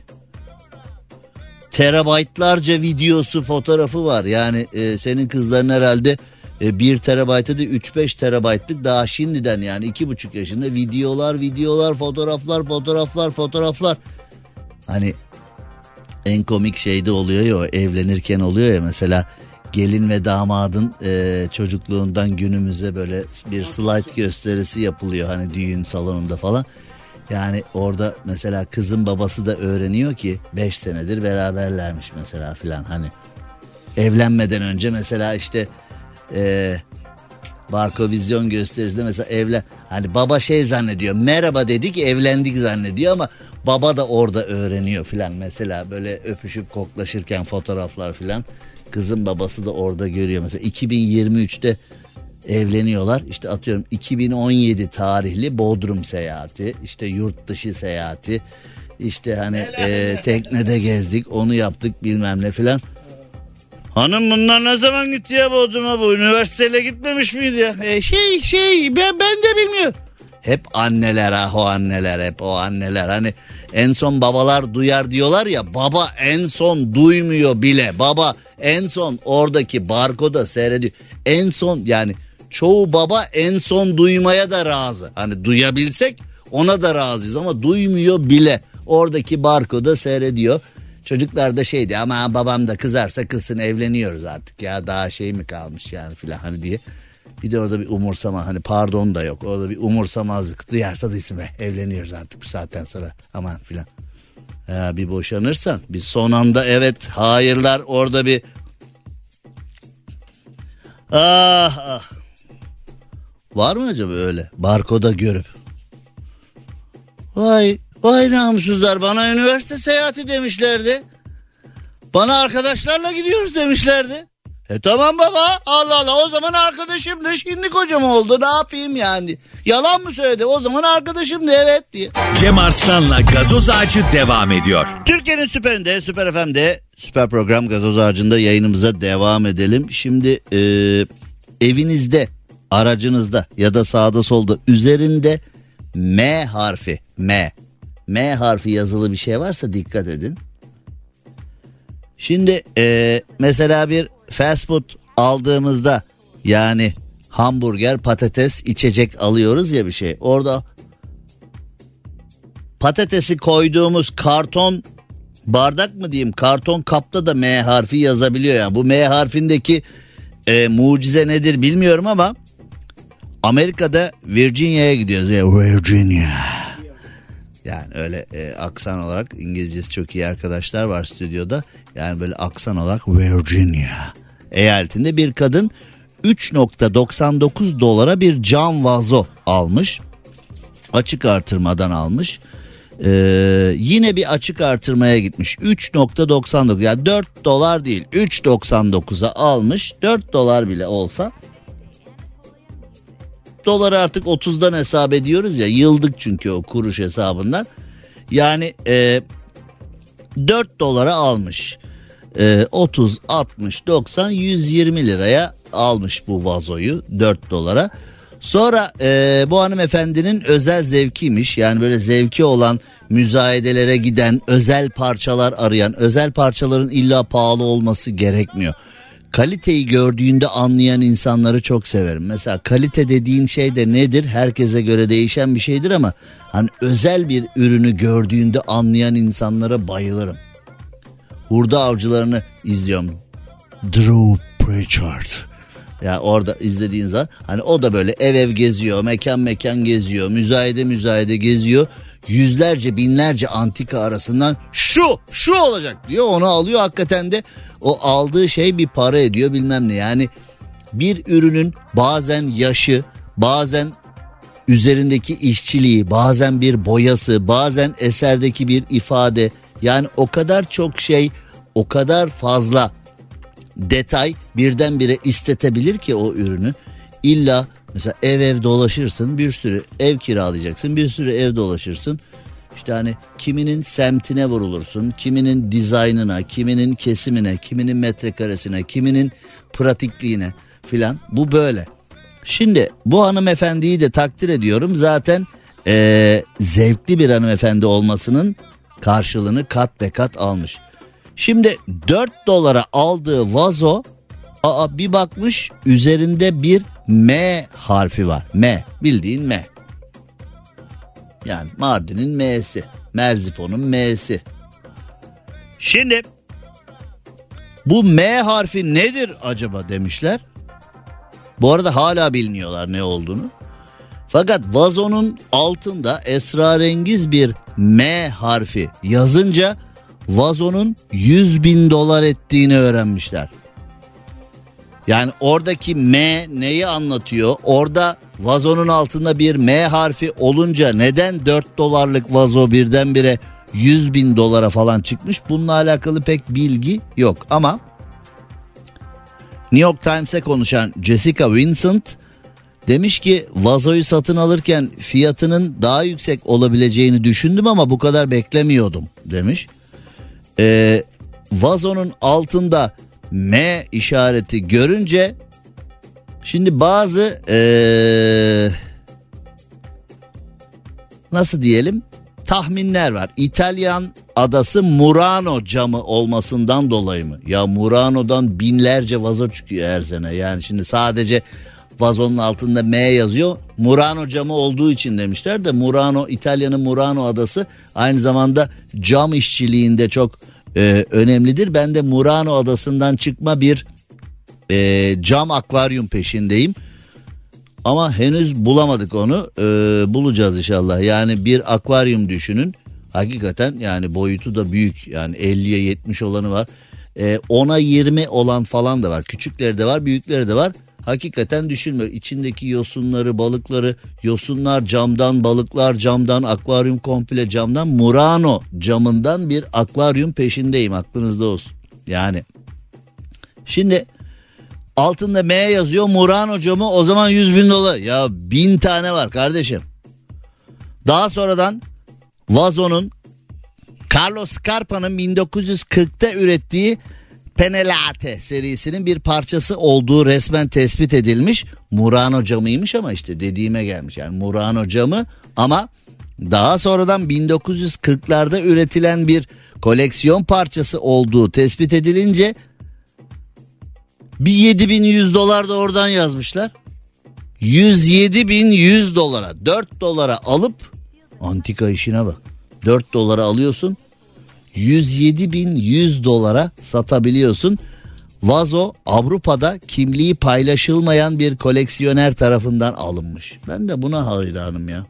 terabaytlarca videosu, fotoğrafı var. Yani e, senin kızların herhalde e, bir terabaytı da üç beş terabaytlık daha şimdiden, yani iki buçuk yaşında videolar, videolar, fotoğraflar, fotoğraflar, fotoğraflar. Hani en komik şey de oluyor ya, o evlenirken oluyor ya mesela, gelin ve damadın e, çocukluğundan günümüze böyle bir slide gösterisi yapılıyor hani düğün salonunda falan. Yani orada mesela kızın babası da öğreniyor ki beş senedir beraberlermiş mesela filan. Hani evlenmeden önce mesela işte e, Barkovizyon gösterisinde mesela evlen, hani baba şey zannediyor, merhaba dedik evlendik zannediyor ama baba da orada öğreniyor filan. Mesela böyle öpüşüp koklaşırken fotoğraflar filan, kızın babası da orada görüyor. Mesela iki bin yirmi üçte evleniyorlar, işte atıyorum iki bin on yedi tarihli Bodrum seyahati, işte yurt dışı seyahati, işte hani e, teknede gezdik, onu yaptık bilmem ne filan. Hanım bunlar ne zaman gitti ya Bodrum'a, bu üniversiteyle gitmemiş miydi ya? E şey şey ben, ben de bilmiyorum. Hep anneler, ah o anneler, hep o anneler. Hani en son babalar duyar diyorlar ya, baba en son duymuyor bile. Baba en son oradaki barkoda seyrediyor. En son, yani çoğu baba en son duymaya da razı. Hani duyabilsek ona da razıyız ama duymuyor bile. Oradaki barkoda seyrediyor. Çocuklar da şeydi, ama babam da kızarsa kızsın, evleniyoruz artık ya, daha şey mi kalmış yani filan hani diye. Bir de orada bir umursama, hani pardon da yok, orada bir umursamazlık, duyarsa duysun be, evleniyoruz artık bu saatten sonra aman filan. Ya bir boşanırsan bir son anda evet hayırlar, orada bir ah ah. Var mı acaba öyle barkoda görüp vay vay namussuzlar, bana üniversite seyahati demişlerdi, bana arkadaşlarla gidiyoruz demişlerdi. E tamam baba, Allah Allah, o zaman arkadaşım da şimdi kocam oldu, ne yapayım yani, yalan mı söyledi, o zaman arkadaşım da evet diye. Cem Arslan'la Gazoz Ağacı devam ediyor. Türkiye'nin süperinde, Süper F M'de, süper program Gazoz Ağacı'nda yayınımıza devam edelim. Şimdi e, evinizde, aracınızda ya da sağda solda üzerinde M harfi, M, M harfi yazılı bir şey varsa dikkat edin. Şimdi e, mesela bir fast food aldığımızda, yani hamburger, patates, içecek alıyoruz ya bir şey. Orada patatesi koyduğumuz karton bardak mı diyeyim, karton kapta da M harfi yazabiliyor. Yani bu M harfindeki e, mucize nedir bilmiyorum ama Amerika'da Virginia'ya gidiyoruz. Virginia. Yani öyle e, aksan olarak, İngilizcesi çok iyi arkadaşlar var stüdyoda. Yani böyle aksan olarak Virginia eyaletinde bir kadın üç virgül doksan dokuz dolara bir cam vazo almış. Açık artırmadan almış. Ee, yine bir açık artırmaya gitmiş. üç virgül doksan dokuz, yani dört dolar değil, üç virgül doksan dokuza almış. dört dolar bile olsa, doları artık otuzdan hesap ediyoruz ya, yıldık çünkü o kuruş hesabından. Yani e, dört dolara almış. E, otuz, altmış, doksan, yüz yirmi liraya almış bu vazoyu, dört dolara. Sonra e, bu hanımefendinin özel zevkiymiş. Yani böyle zevki olan, müzayedelere giden, özel parçalar arayan, özel parçaların illa pahalı olması gerekmiyor. Kaliteyi gördüğünde anlayan insanları çok severim. Mesela kalite dediğin şey de nedir? Herkese göre değişen bir şeydir ama hani özel bir ürünü gördüğünde anlayan insanlara bayılırım. Hurda avcılarını izliyorum. Drew Pritchard. Ya orada izlediğin zaman hani o da böyle ev ev geziyor, mekan mekan geziyor, müzayede müzayede geziyor. Yüzlerce, binlerce antika arasından şu şu olacak diyor, onu alıyor. Hakikaten de o aldığı şey bir para ediyor bilmem ne. Yani bir ürünün bazen yaşı, bazen üzerindeki işçiliği, bazen bir boyası, bazen eserdeki bir ifade, yani o kadar çok şey, o kadar fazla detay birdenbire istetebilir ki o ürünü. İlla mesela ev ev dolaşırsın, bir sürü ev kiralayacaksın, bir sürü ev dolaşırsın. İşte hani kiminin semtine vurulursun, kiminin dizaynına, kiminin kesimine, kiminin metrekaresine, kiminin pratikliğine filan. Bu böyle. Şimdi bu hanımefendiyi de takdir ediyorum. Zaten ee, zevkli bir hanımefendi olmasının karşılığını kat be kat almış. Şimdi dört dolara aldığı vazo, aa bir bakmış üzerinde bir M harfi var. M, bildiğin M. Yani Mardin'in M'si, Merzifon'un M'si. Şimdi bu M harfi nedir acaba demişler. Bu arada hala bilmiyorlar ne olduğunu. Fakat vazonun altında esrarengiz bir M harfi yazınca vazonun yüz bin dolar ettiğini öğrenmişler. Yani oradaki M neyi anlatıyor? Orada vazonun altında bir M harfi olunca neden dört dolarlık vazo birdenbire yüz bin dolara falan çıkmış? Bununla alakalı pek bilgi yok ama New York Times'e konuşan Jessica Vincent demiş ki vazoyu satın alırken fiyatının daha yüksek olabileceğini düşündüm ama bu kadar beklemiyordum demiş. Ee, vazonun altında M işareti görünce şimdi bazı ee, nasıl diyelim tahminler var. İtalyan adası Murano camı olmasından dolayı mı? Ya Murano'dan binlerce vazo çıkıyor her sene. Yani şimdi sadece vazonun altında M yazıyor. Murano camı olduğu için demişler de Murano, İtalya'nın Murano adası aynı zamanda cam işçiliğinde çok e, önemlidir. Ben de Murano adasından çıkma bir e, cam akvaryum peşindeyim. Ama henüz bulamadık onu. Ee, bulacağız inşallah. Yani bir akvaryum düşünün. Hakikaten yani boyutu da büyük. Yani elliye yetmiş olanı var. Ee, ona yirmi olan falan da var. Küçükleri de var, büyükleri de var. Hakikaten düşünmüyor. İçindeki yosunları, balıkları, yosunlar camdan, balıklar camdan, akvaryum komple camdan. Murano camından bir akvaryum peşindeyim. Aklınızda olsun. Yani şimdi altında M yazıyor Murano camı, o zaman yüz bin dolar. Ya bin tane var kardeşim. Daha sonradan vazonun Carlos Scarpa'nın bin dokuz yüz kırkta ürettiği Penelate serisinin bir parçası olduğu resmen tespit edilmiş. Murano camıymış ama işte dediğime gelmiş. Yani Murano camı ama daha sonradan bin dokuz yüz kırklarda üretilen bir koleksiyon parçası olduğu tespit edilince bir yedi bin yüz dolar da oradan yazmışlar. yüz yedi bin yüz dolara, dört dolara alıp antika işine bak. dört dolara alıyorsun. yüz yedi bin yüz dolara satabiliyorsun. Vazo Avrupa'da kimliği paylaşılmayan bir koleksiyoner tarafından alınmış. Ben de buna hayranım ya.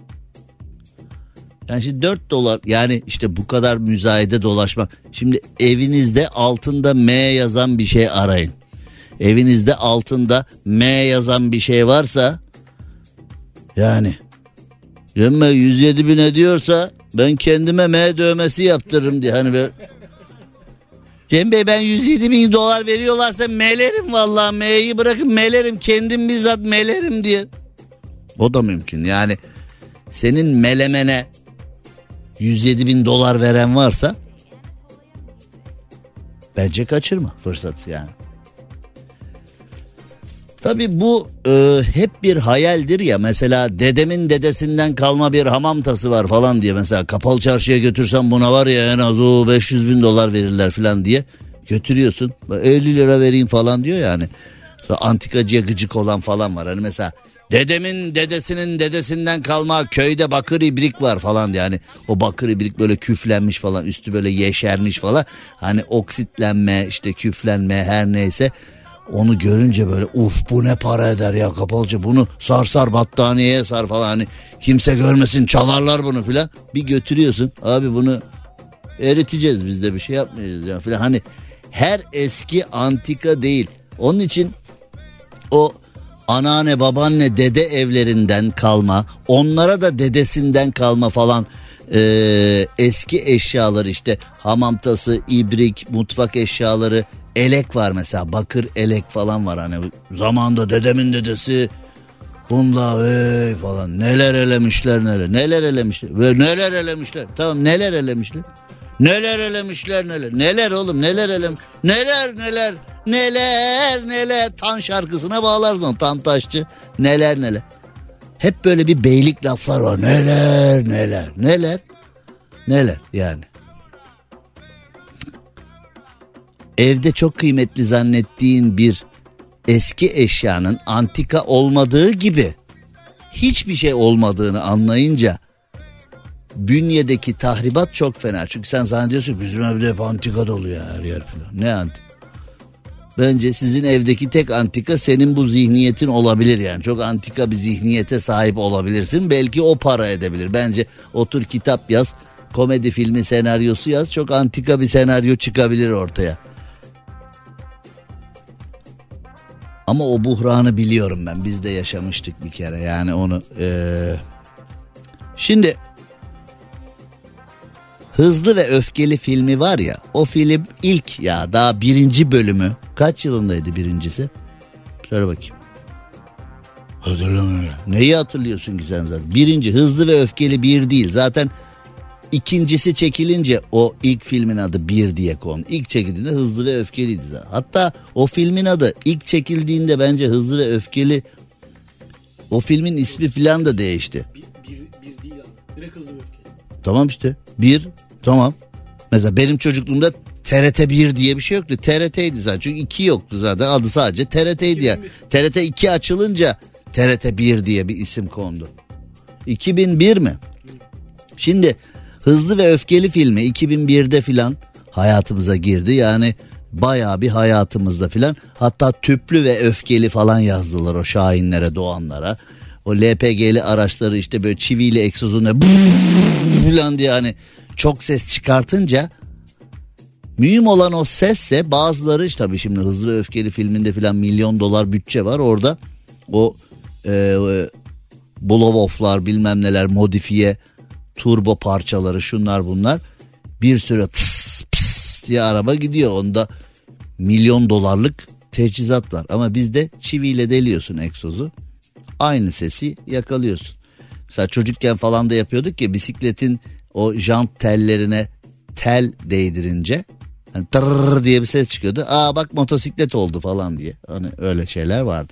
Yani şimdi dört dolar, yani işte bu kadar müzayede dolaşmak. Şimdi evinizde altında M yazan bir şey arayın. Evinizde altında M yazan bir şey varsa yani yüz yedi bin ediyorsa ben kendime M dövmesi yaptırırım diye. Hani böyle Cem Bey ben yüz yedi bin dolar veriyorlarsa melerim vallahi, M'yi bırakın melerim, kendim bizzat melerim diye. O da mümkün yani. Senin melemene yüz yedi bin dolar veren varsa bence kaçırma fırsatı yani. Tabii bu e, hep bir hayaldir ya. Mesela dedemin dedesinden kalma bir hamam tası var falan diye. Mesela kapalı çarşıya götürsem buna var ya en az o beş yüz bin dolar verirler falan diye. Götürüyorsun elli lira vereyim falan diyor yani. Sonra antikacıya gıcık olan falan var. Hani mesela dedemin dedesinin dedesinden kalma köyde bakır ibrik var falan diye. Yani o bakır ibrik böyle küflenmiş falan, üstü böyle yeşermiş falan. Hani oksitlenme işte, küflenme, her neyse. Onu görünce böyle uf bu ne para eder ya, kapalıca bunu sar sar battaniyeye sar falan, hani kimse görmesin çalarlar bunu filan. Bir götürüyorsun abi, bunu eriteceğiz biz de bir şey yapmayacağız ya filan. Hani her eski antika değil. Onun için o anneanne babaanne dede evlerinden kalma, onlara da dedesinden kalma falan e, eski eşyalar, işte hamam tası, ibrik, mutfak eşyaları, elek var mesela, bakır elek falan var. Hani zamanda dedemin dedesi bununla ey falan neler elemişler, neler neler elemişler ve neler elemişler, tamam neler elemişler neler elemişler neler neler oğlum neler elem neler neler neler neler Tan şarkısına bağlarsın onu, Tan Taşçı, neler neler. Hep böyle bir beylik laflar var, neler neler neler neler yani. Evde çok kıymetli zannettiğin bir eski eşyanın antika olmadığı gibi hiçbir şey olmadığını anlayınca bünyedeki tahribat çok fena. Çünkü sen zannediyorsun bizim evde hep antika dolu ya, her yer falan. Ne antika? Bence sizin evdeki tek antika senin bu zihniyetin olabilir yani. Çok antika bir zihniyete sahip olabilirsin. Belki o para edebilir. Bence otur kitap yaz, komedi filmi senaryosu yaz. Çok antika bir senaryo çıkabilir ortaya. Ama o buhranı biliyorum ben. Biz de yaşamıştık bir kere yani onu. Ee... Şimdi Hızlı ve Öfkeli filmi var ya, o film ilk ya daha birinci bölümü kaç yılındaydı birincisi? Söyle bakayım. Hatırlamıyorum. Neyi hatırlıyorsun ki sen zaten? Birinci Hızlı ve Öfkeli bir değil. Zaten ikincisi çekilince o ilk filmin adı bir diye kondu. İlk çekildiğinde Hızlı ve Öfkeliydi zaten. Hatta o filmin adı ilk çekildiğinde bence Hızlı ve Öfkeli, o filmin ismi falan da değişti. Bir, bir, bir değil abi. Direkt Hızlı ve Öfkeli. Tamam işte. Bir. Tamam. Mesela benim çocukluğumda T R T bir diye bir şey yoktu. T R T'ydi zaten. Çünkü iki yoktu zaten. Adı sadece T R T'ydi ya. T R T iki açılınca T R T bir diye bir isim kondu. iki bin bir mi? Şimdi Hızlı ve Öfkeli filmi iki bin birde filan hayatımıza girdi. Yani bayağı bir hayatımızda filan. Hatta tüplü ve öfkeli falan yazdılar o şahinlere, doğanlara. O L P G'li araçları işte böyle çiviyle egzozuna filan diye hani çok ses çıkartınca, mühim olan o sesse bazıları işte tabii şimdi Hızlı ve Öfkeli filminde filan milyon dolar bütçe var. Orada o e, e, blow-off'lar bilmem neler, modifiye turbo parçaları, şunlar bunlar, bir süre tıs pıs diye araba gidiyor. Onda milyon dolarlık teçhizat var. Ama bizde çiviyle deliyorsun egzozu, aynı sesi yakalıyorsun. Mesela çocukken falan da yapıyorduk ya, bisikletin o jant tellerine tel değdirince hani tırrrr diye bir ses çıkıyordu. Aa bak motosiklet oldu falan diye. Hani öyle şeyler vardı.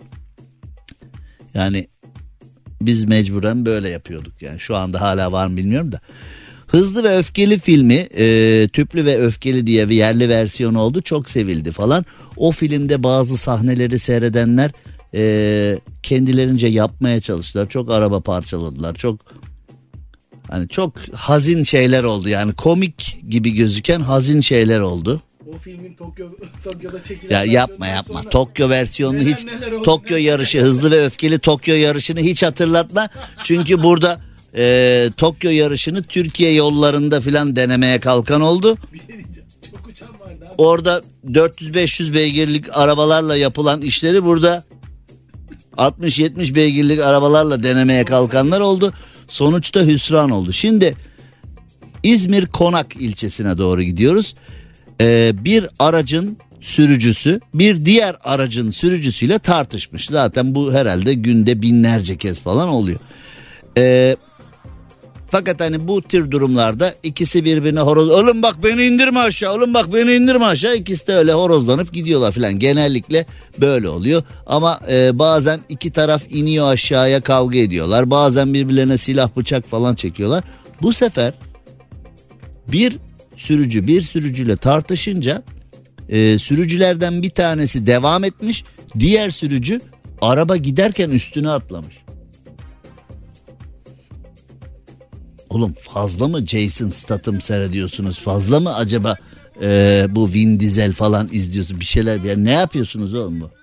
Yani biz mecburen böyle yapıyorduk yani. Şu anda hala var mı bilmiyorum da. Hızlı ve Öfkeli filmi e, Tüplü ve Öfkeli diye bir yerli versiyonu oldu. Çok sevildi falan. O filmde bazı sahneleri seyredenler e, kendilerince yapmaya çalıştılar. Çok araba parçaladılar. Çok hani çok hazin şeyler oldu. Yani komik gibi gözüken hazin şeyler oldu. O filmin Tokyo Tokyo'da çekilen. Ya yapma yapma. Tokyo versiyonunu neler, hiç neler oldu, Tokyo neler yarışı, Hızlı ve Öfkeli Tokyo yarışını hiç hatırlatma. Çünkü burada e, Tokyo yarışını Türkiye yollarında filan denemeye kalkan oldu. Bir şey diyeceğim. Çok uçan vardı abi. Orada dört yüz beş yüz beygirlik arabalarla yapılan işleri burada altmış yetmiş beygirlik arabalarla denemeye kalkanlar oldu. Sonuçta hüsran oldu. Şimdi İzmir Konak ilçesine doğru gidiyoruz. Ee, bir aracın sürücüsü bir diğer aracın sürücüsüyle tartışmış. Zaten bu herhalde günde binlerce kez falan oluyor. Ee, fakat hani bu tür durumlarda ikisi birbirine horoz... Oğlum bak beni indirme aşağı, oğlum bak beni indirme aşağı. İkisi de öyle horozlanıp gidiyorlar falan. Genellikle böyle oluyor. Ama e, bazen iki taraf iniyor aşağıya, kavga ediyorlar. Bazen birbirlerine silah bıçak falan çekiyorlar. Bu sefer bir sürücü bir sürücüyle tartışınca e, sürücülerden bir tanesi devam etmiş. Diğer sürücü araba giderken üstüne atlamış. Oğlum fazla mı Jason Statham seyrediyorsunuz? Fazla mı acaba e, bu Vin Diesel falan izliyorsunuz? Bir şeyler ya, ne yapıyorsunuz oğlum bu?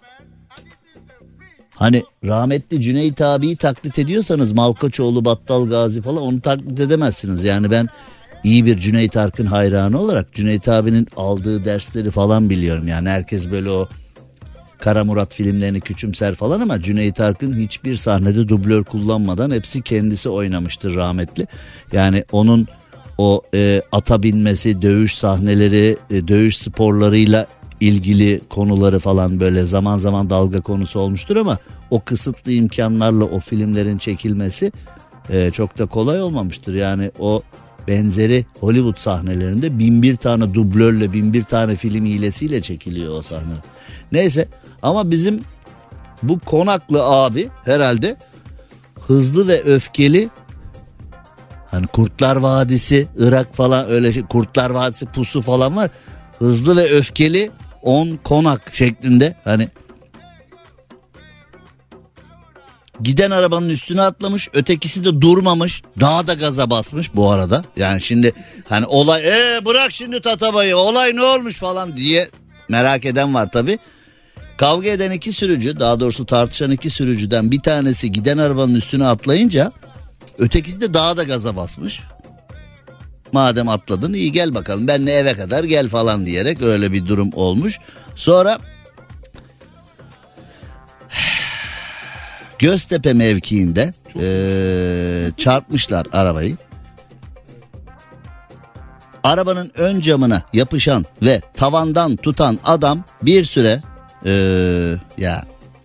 Hani rahmetli Cüneyt abiyi taklit ediyorsanız Malkoçoğlu, Battal Gazi falan, onu taklit edemezsiniz. Yani ben iyi bir Cüneyt Arkın hayranı olarak Cüneyt abinin aldığı dersleri falan biliyorum. Yani herkes böyle o Kara Murat filmlerini küçümser falan ama Cüneyt Arkın hiçbir sahnede dublör kullanmadan hepsi kendisi oynamıştır rahmetli. Yani onun o e, ata binmesi, dövüş sahneleri, e, dövüş sporlarıyla ilgili konuları falan böyle zaman zaman dalga konusu olmuştur ama o kısıtlı imkanlarla o filmlerin çekilmesi e, çok da kolay olmamıştır. Yani o benzeri Hollywood sahnelerinde bin bir tane dublörle, bin bir tane film hilesiyle çekiliyor o sahne. Neyse, ama bizim bu Konaklı abi herhalde Hızlı ve Öfkeli, hani Kurtlar Vadisi, Irak falan öyle şey, Kurtlar Vadisi, Pusu falan var. Hızlı ve Öfkeli on Konak şeklinde, hani giden arabanın üstüne atlamış, ötekisi de durmamış, daha da gaza basmış bu arada. Yani şimdi hani olay ee bırak şimdi tatabayı, olay ne olmuş falan diye merak eden var tabii. Kavga eden iki sürücü, daha doğrusu tartışan iki sürücüden bir tanesi giden arabanın üstüne atlayınca ötekisi de daha da gaza basmış. Madem atladın iyi, gel bakalım benle eve kadar gel falan diyerek öyle bir durum olmuş. Sonra Göztepe mevkiinde ee, çarpmışlar arabayı. Arabanın ön camına yapışan ve tavandan tutan adam bir süre ee, ya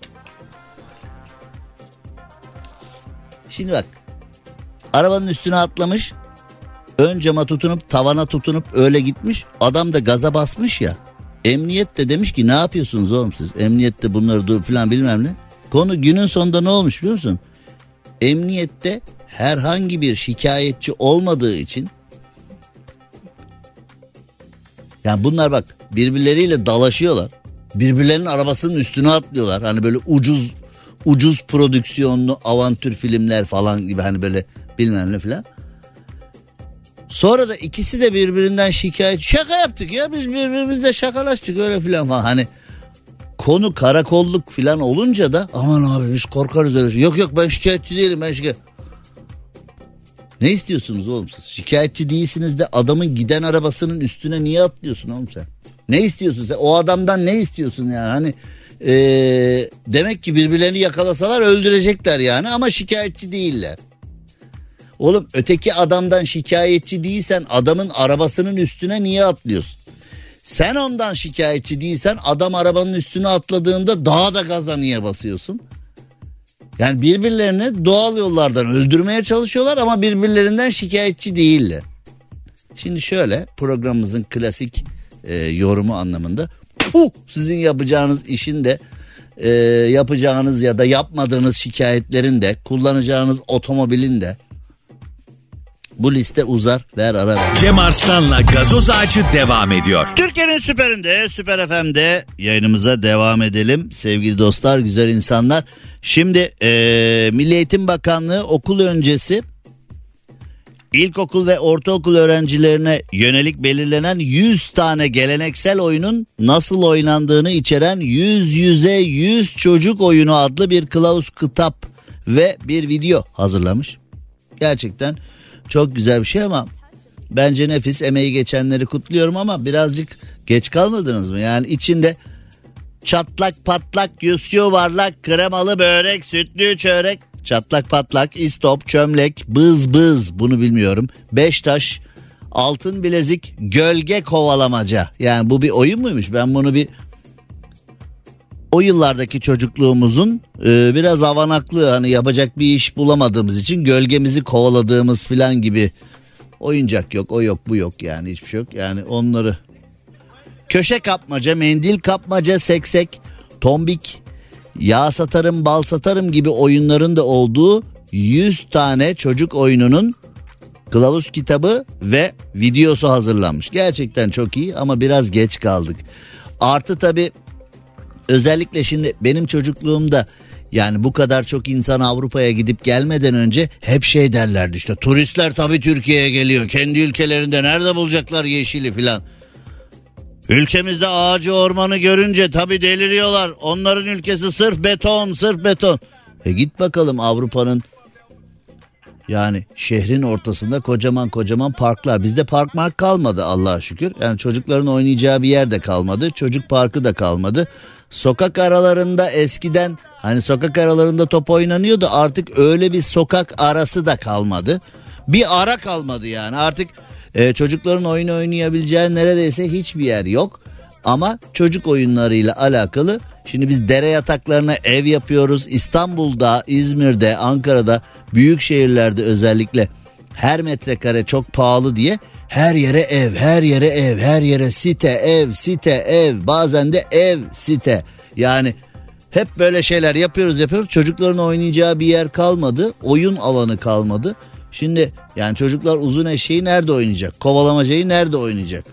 şimdi bak, arabanın üstüne atlamış, ön cama tutunup tavana tutunup öyle gitmiş. Adam da gaza basmış ya. Emniyet de demiş ki ne yapıyorsunuz oğlum siz? Emniyet de bunları dur falan bilmem ne. Konu günün sonunda ne olmuş biliyor musun? Emniyette herhangi bir şikayetçi olmadığı için, yani bunlar bak birbirleriyle dalaşıyorlar. Birbirlerinin arabasının üstüne atlıyorlar. Hani böyle ucuz ucuz prodüksiyonlu avantür filmler falan gibi, hani böyle bilmem ne falan. Sonra da ikisi de birbirinden şikayet. Şaka yaptık ya biz, birbirimizle şakalaştık öyle filan falan. Hani konu karakolluk filan olunca da aman abi biz korkarız öyle. Yok yok ben şikayetçi değilim, ben şikayet. Ne istiyorsunuz oğlum siz? Şikayetçi değilsiniz de adamın giden arabasının üstüne niye atlıyorsun oğlum sen? Ne istiyorsun sen? O adamdan ne istiyorsun yani? Hani ee, demek ki birbirlerini yakalasalar öldürecekler yani, ama şikayetçi değiller. Oğlum öteki adamdan şikayetçi değilsen adamın arabasının üstüne niye atlıyorsun? Sen ondan şikayetçi değilsen adam arabanın üstüne atladığında daha da gaza niye basıyorsun? Yani birbirlerini doğal yollardan öldürmeye çalışıyorlar ama birbirlerinden şikayetçi değiller. Şimdi şöyle, programımızın klasik e, yorumu anlamında, puh, sizin yapacağınız işin de e, yapacağınız ya da yapmadığınız şikayetlerin de kullanacağınız otomobilin de bu liste uzar, ver ara ver. Cem Arslan'la Gazoz Ağacı devam ediyor. Türkiye'nin süperinde, Süper F M'de yayınımıza devam edelim. Sevgili dostlar, güzel insanlar. Şimdi ee, Milli Eğitim Bakanlığı okul öncesi ilkokul ve ortaokul öğrencilerine yönelik belirlenen yüz tane geleneksel oyunun nasıl oynandığını içeren Yüz Yüze yüz Çocuk Oyunu adlı bir kılavuz kitap ve bir video hazırlamış. Gerçekten çok güzel bir şey ama bence nefis, emeği geçenleri kutluyorum ama birazcık geç kalmadınız mı? Yani içinde çatlak patlak, yüz yuvarlak, kremalı börek, sütlü çörek, çatlak patlak, istop, çömlek, bız bız, bunu bilmiyorum, beş taş, altın bilezik, gölge kovalamaca. Yani bu bir oyun muymuş? Ben bunu bir o yıllardaki çocukluğumuzun e, biraz avanaklı, hani yapacak bir iş bulamadığımız için gölgemizi kovaladığımız filan gibi, oyuncak yok, o yok, bu yok, yani hiçbir şey yok. Yani onları, köşe kapmaca, mendil kapmaca, seksek, tombik, yağ satarım, bal satarım gibi oyunların da olduğu yüz tane çocuk oyununun kılavuz kitabı ve videosu hazırlanmış. Gerçekten çok iyi ama biraz geç kaldık. Artı tabii özellikle şimdi benim çocukluğumda, yani bu kadar çok insan Avrupa'ya gidip gelmeden önce hep şey derlerdi, işte turistler tabii Türkiye'ye geliyor, kendi ülkelerinde nerede bulacaklar yeşili filan. Ülkemizde ağacı ormanı görünce tabii deliriyorlar, onların ülkesi sırf beton, sırf beton. E git bakalım Avrupa'nın, yani şehrin ortasında kocaman kocaman parklar. Bizde park mark kalmadı Allah'a şükür. Yani çocukların oynayacağı bir yer de kalmadı. Çocuk parkı da kalmadı. Sokak aralarında eskiden hani sokak aralarında top oynanıyordu. Artık öyle bir sokak arası da kalmadı. Bir ara kalmadı yani. Artık e, çocukların oyun oynayabileceği neredeyse hiçbir yer yok. Ama çocuk oyunlarıyla alakalı, şimdi biz dere yataklarına ev yapıyoruz. İstanbul'da, İzmir'de, Ankara'da, büyük şehirlerde özellikle her metrekare çok pahalı diye her yere ev, her yere ev, her yere site, ev, site, ev, bazen de ev, site. Yani hep böyle şeyler yapıyoruz yapıyoruz. Çocukların oynayacağı bir yer kalmadı, oyun alanı kalmadı. Şimdi yani çocuklar uzun eşeği nerede oynayacak? Kovalamacayı nerede oynayacak?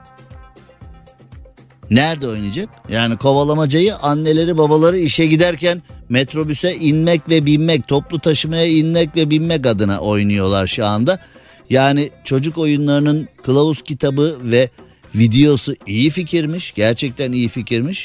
Nerede oynayacak? Yani kovalamacayı anneleri babaları işe giderken metrobüse inmek ve binmek, toplu taşımaya inmek ve binmek adına oynuyorlar şu anda. Yani çocuk oyunlarının kılavuz kitabı ve videosu iyi fikirmiş. Gerçekten iyi fikirmiş.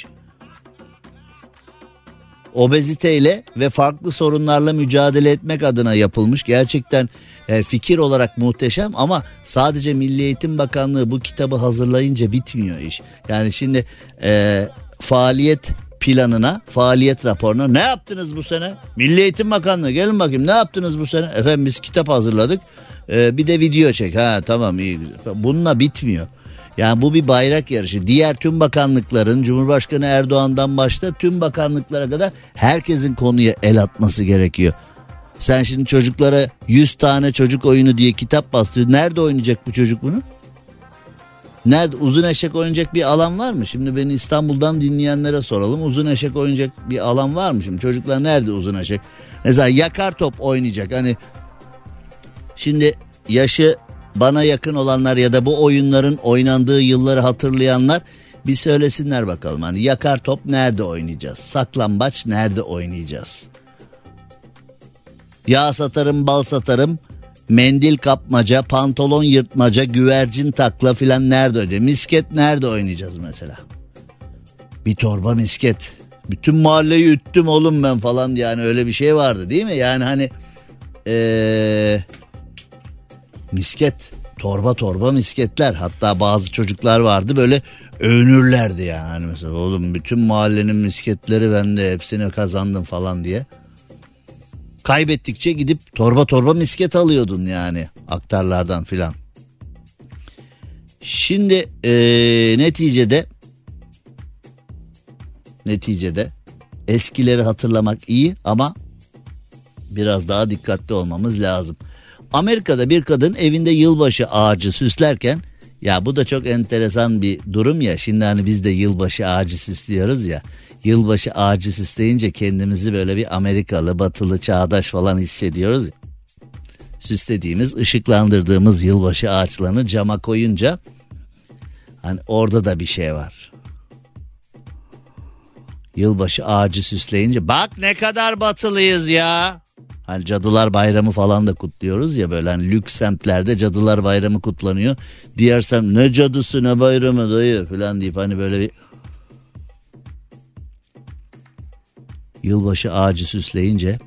Obeziteyle ve farklı sorunlarla mücadele etmek adına yapılmış. Gerçekten e, fikir olarak muhteşem ama sadece Milli Eğitim Bakanlığı bu kitabı hazırlayınca bitmiyor iş. Yani şimdi e, faaliyet planına, faaliyet raporuna ne yaptınız bu sene? Milli Eğitim Bakanlığı gelin bakayım ne yaptınız bu sene? Efendim biz kitap hazırladık. Ee, bir de video çek. Ha tamam iyi. Bununla bitmiyor. Yani bu bir bayrak yarışı. Diğer tüm bakanlıkların, Cumhurbaşkanı Erdoğan'dan başta tüm bakanlıklara kadar herkesin konuya el atması gerekiyor. Sen şimdi çocuklara yüz tane çocuk oyunu diye kitap bastırıyor. Nerede oynayacak bu çocuk bunu? Nerede? Uzun eşek oynayacak bir alan var mı? Şimdi beni İstanbul'dan dinleyenlere soralım. Uzun eşek oynayacak bir alan var mı? Şimdi çocuklar nerede uzun eşek? Mesela yakar top oynayacak. Hani şimdi yaşı bana yakın olanlar ya da bu oyunların oynandığı yılları hatırlayanlar bir söylesinler bakalım. Hani yakar top nerede oynayacağız? Saklambaç nerede oynayacağız? Yağ satarım, bal satarım, mendil kapmaca, pantolon yırtmaca, güvercin takla filan nerede oynayacağız? Misket nerede oynayacağız mesela? Bir torba misket. Bütün mahalleyi üttüm oğlum ben falan diye, yani öyle bir şey vardı değil mi? Yani hani ee, misket, torba torba misketler. Hatta bazı çocuklar vardı böyle övünürlerdi yani. Mesela oğlum bütün mahallenin misketleri bende, hepsini kazandım falan diye. Kaybettikçe gidip torba torba misket alıyordun yani aktarlardan filan. Şimdi ee, neticede neticede eskileri hatırlamak iyi ama biraz daha dikkatli olmamız lazım. Amerika'da bir kadın evinde yılbaşı ağacı süslerken, ya bu da çok enteresan bir durum ya. Şimdi hani biz de yılbaşı ağacı süslüyoruz ya. Yılbaşı ağacı süsleyince kendimizi böyle bir Amerikalı, batılı, çağdaş falan hissediyoruz ya. Süslediğimiz, ışıklandırdığımız yılbaşı ağaçlarını cama koyunca hani orada da bir şey var. Yılbaşı ağacı süsleyince bak ne kadar batılıyız ya. Hani Cadılar Bayramı falan da kutluyoruz ya, böyle hani lüks semtlerde Cadılar Bayramı kutlanıyor. Diğer semt ne cadısı ne bayramı dayı falan deyip hani böyle bir yılbaşı ağacı süsleyince,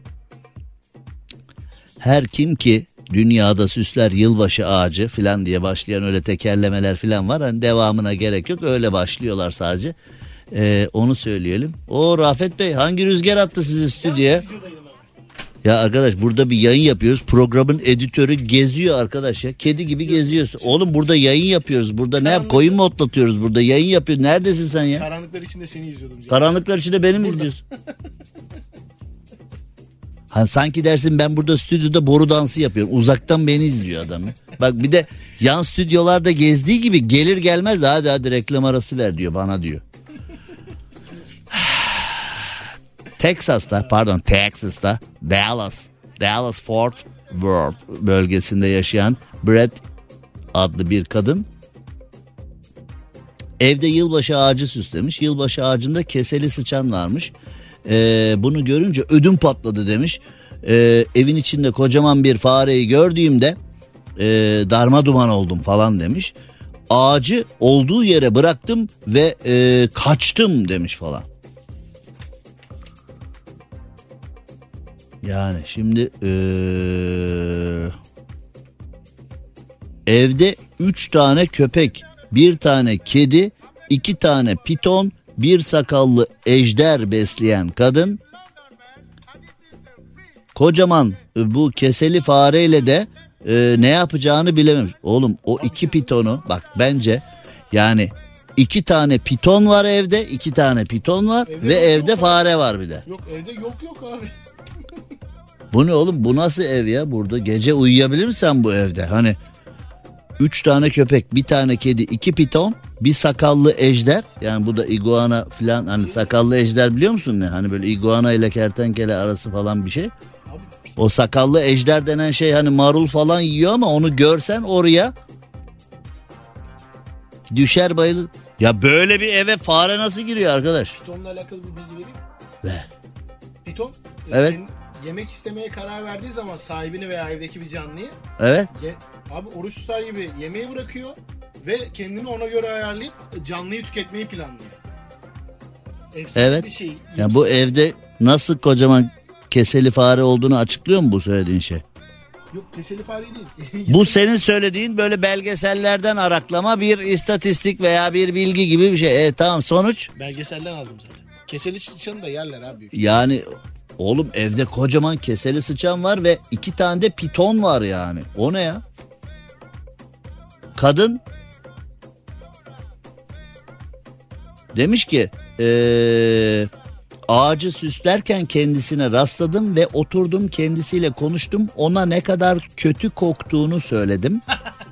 her kim ki dünyada süsler yılbaşı ağacı falan diye başlayan öyle tekerlemeler falan var. Hani devamına gerek yok, öyle başlıyorlar sadece. Ee, onu söyleyelim. O Rafet Bey hangi rüzgar attı sizi stüdyoya? Ya arkadaş burada bir yayın yapıyoruz. Programın editörü geziyor arkadaş ya. Kedi gibi geziyorsun. Oğlum burada yayın yapıyoruz. Burada ne yap? Koyun mu otlatıyoruz burada? Yayın yapıyoruz. Neredesin sen ya? Karanlıklar içinde seni izliyordum. Canım. Karanlıklar içinde beni mi izliyorsun? Hani sanki dersin ben burada stüdyoda boru dansı yapıyorum. Uzaktan beni izliyor adam ya. Bak bir de yan stüdyolarda gezdiği gibi gelir gelmez de hadi hadi reklam arası ver diyor bana diyor. Texas'ta pardon Texas'ta Dallas Dallas Fort Worth bölgesinde yaşayan Brett adlı bir kadın evde yılbaşı ağacı süslemiş. Yılbaşı ağacında keseli sıçan varmış. Ee, bunu görünce ödüm patladı demiş. Ee, evin içinde kocaman bir fareyi gördüğümde e, darma duman oldum falan demiş. Ağacı olduğu yere bıraktım ve e, kaçtım demiş falan. Yani şimdi ee, evde üç tane köpek, bir tane kedi, iki tane piton, bir sakallı ejder besleyen kadın kocaman bu keseli fareyle de e, ne yapacağını bilememiş. Oğlum o iki pitonu bak bence yani iki tane piton var evde, iki tane piton var evde ve evde fare var bir de. Yok evde yok yok abi. Bu ne oğlum, bu nasıl ev ya, burada gece uyuyabilir misin sen bu evde? Hani üç tane köpek, bir tane kedi, iki piton, bir sakallı ejder. Yani bu da iguana falan, hani sakallı ejder biliyor musun ne? Hani böyle iguana ile kertenkele arası falan bir şey. O sakallı ejder denen şey hani marul falan yiyor ama onu görsen oraya düşer bayılır. Ya böyle bir eve fare nasıl giriyor arkadaş? Pitonla alakalı bir bilgi vereyim. Ver. Piton evet. Yemek istemeye karar verdiği zaman sahibini veya evdeki bir canlıyı, evet. Ye, abi oruç tutar gibi yemeği bırakıyor ve kendini ona göre ayarlayıp canlıyı tüketmeyi planlıyor. Efsane evet. Bir şey. Ya bu evde nasıl kocaman keseli fare olduğunu açıklıyor mu bu söylediğin şey? Yok keseli fare değil. Bu senin söylediğin böyle belgesellerden araklama bir istatistik veya bir bilgi gibi bir şey. Evet tamam, sonuç? Belgeselden aldım zaten. Keseli sıçanı da yerler abi. Yani oğlum evde kocaman keseli sıçan var ve iki tane de piton var yani. O ne ya? Kadın demiş ki ee, ağacı süslerken kendisine rastladım ve oturdum kendisiyle konuştum. Ona ne kadar kötü koktuğunu söyledim.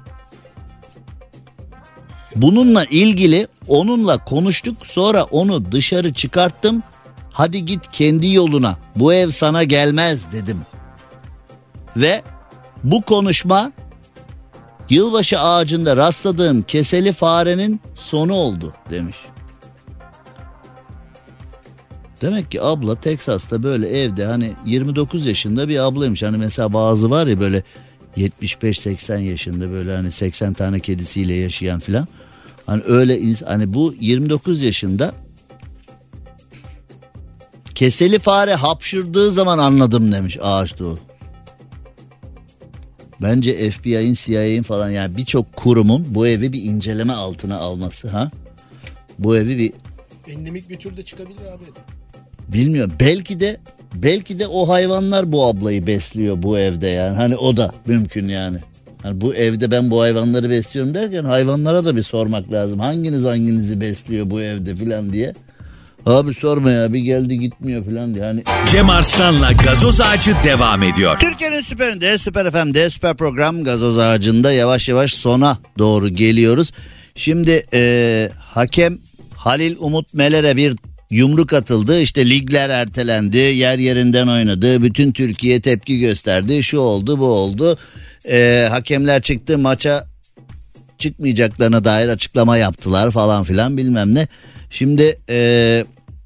Bununla ilgili onunla konuştuk, sonra onu dışarı çıkarttım. Hadi git kendi yoluna, bu ev sana gelmez dedim. Ve bu konuşma yılbaşı ağacında rastladığım keseli farenin sonu oldu demiş. Demek ki abla Teksas'ta böyle evde hani yirmi dokuz yaşında bir ablaymış. Hani mesela bazı var ya böyle yetmiş beş seksen yaşında böyle hani seksen tane kedisiyle yaşayan filan. Hani öyle hani bu yirmi dokuz yaşında keseli fare hapşırdığı zaman anladım demiş ağaçta o. Bence F B I'nin C I A'nin falan yani birçok kurumun bu evi bir inceleme altına alması ha. Bu evi bir endemik bir türde çıkabilir abi. Bilmiyorum. Belki de belki de o hayvanlar bu ablayı besliyor bu evde yani. Hani o da mümkün yani. Hani bu evde ben bu hayvanları besliyorum derken hayvanlara da bir sormak lazım. Hanginiz hanginizi besliyor bu evde filan diye. Abi sorma ya bir geldi gitmiyor filan diye. Hani... Cem Arslan'la Gazoz Ağacı devam ediyor. Türkiye'nin süperinde, Süper F M'de, süper program Gazoz Ağacı'nda yavaş yavaş sona doğru geliyoruz. Şimdi e, hakem Halil Umut Meler'e bir yumruk atıldı. İşte ligler ertelendi, yer yerinden oynadı. Bütün Türkiye tepki gösterdi. Şu oldu, bu oldu. E, hakemler çıktı, maça çıkmayacaklarına dair açıklama yaptılar falan filan bilmem ne. Şimdi e,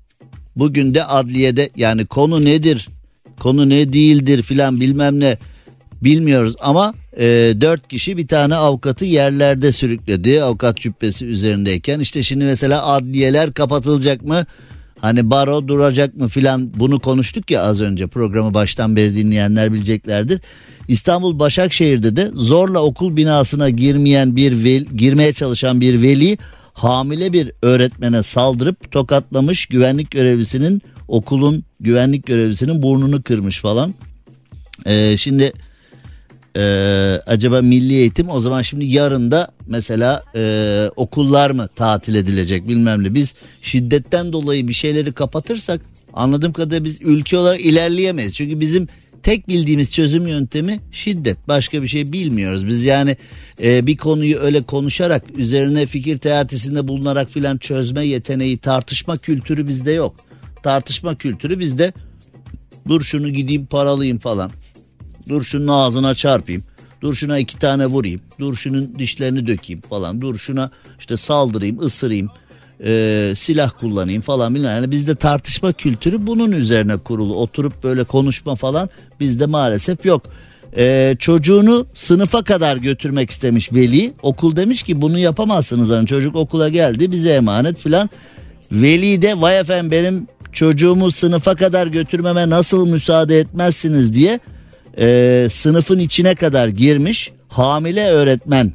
bugün de adliyede yani konu nedir, konu ne değildir filan bilmem ne bilmiyoruz ama e, dört kişi bir tane avukatı yerlerde sürükledi avukat cübbesi üzerindeyken. İşte şimdi mesela adliyeler kapatılacak mı, hani baro duracak mı filan, bunu konuştuk ya az önce, programı baştan beri dinleyenler bileceklerdir. İstanbul Başakşehir'de de zorla okul binasına girmeyen bir veli, girmeye çalışan bir veli hamile bir öğretmene saldırıp tokatlamış, güvenlik görevlisinin okulun güvenlik görevlisinin burnunu kırmış falan. Ee, şimdi e, acaba Milli Eğitim o zaman şimdi yarın da mesela e, okullar mı tatil edilecek bilmem ne. Biz şiddetten dolayı bir şeyleri kapatırsak anladığım kadarıyla biz ülke olarak ilerleyemeyiz. Çünkü bizim tek bildiğimiz çözüm yöntemi şiddet. Başka bir şey bilmiyoruz. Biz yani e, bir konuyu öyle konuşarak, üzerine fikir teatisinde bulunarak filan çözme yeteneği, tartışma kültürü bizde yok. Tartışma kültürü bizde, dur şunu gideyim paralayayım falan. Dur şunun ağzına çarpayım. Dur şuna iki tane vurayım. Dur şunun dişlerini dökeyim falan. Dur şuna işte saldırayım, ısırayım. E, silah kullanayım falan bilmem. Yani bizde tartışma kültürü bunun üzerine kurulu. Oturup böyle konuşma falan bizde maalesef yok. E, çocuğunu sınıfa kadar götürmek istemiş veli. Okul demiş ki bunu yapamazsınız. Yani çocuk okula geldi, bize emanet falan. Veli de vay efendim benim çocuğumu sınıfa kadar götürmeme nasıl müsaade etmezsiniz diye e, sınıfın içine kadar girmiş. Hamile öğretmen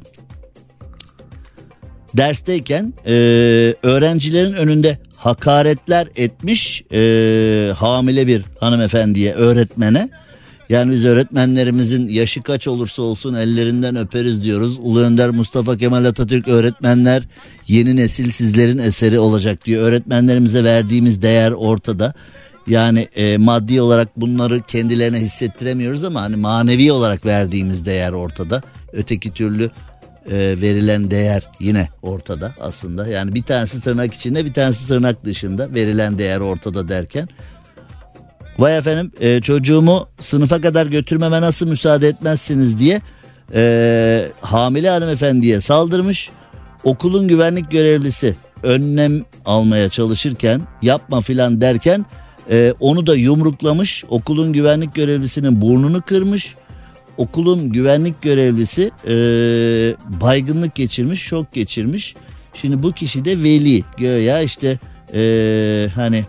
dersteyken e, öğrencilerin önünde hakaretler etmiş e, hamile bir hanımefendiye, öğretmene. Yani biz öğretmenlerimizin yaşı kaç olursa olsun ellerinden öperiz diyoruz. Ulu Önder Mustafa Kemal Atatürk öğretmenler yeni nesil sizlerin eseri olacak diyor. Öğretmenlerimize verdiğimiz değer ortada. Yani e, maddi olarak bunları kendilerine hissettiremiyoruz ama hani manevi olarak verdiğimiz değer ortada. Öteki türlü E, verilen değer yine ortada aslında. Yani bir tanesi tırnak içinde, bir tanesi tırnak dışında, verilen değer ortada derken. Vay efendim e, çocuğumu sınıfa kadar götürmeme nasıl müsaade etmezsiniz diye e, hamile hanımefendiye saldırmış. Okulun güvenlik görevlisi önlem almaya çalışırken, yapma filan derken e, onu da yumruklamış. Okulun güvenlik görevlisinin burnunu kırmış. Okulun güvenlik görevlisi e, baygınlık geçirmiş, şok geçirmiş. Şimdi bu kişi de veli. Göya işte e, hani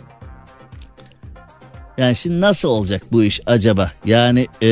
yani şimdi nasıl olacak bu iş acaba? Yani e,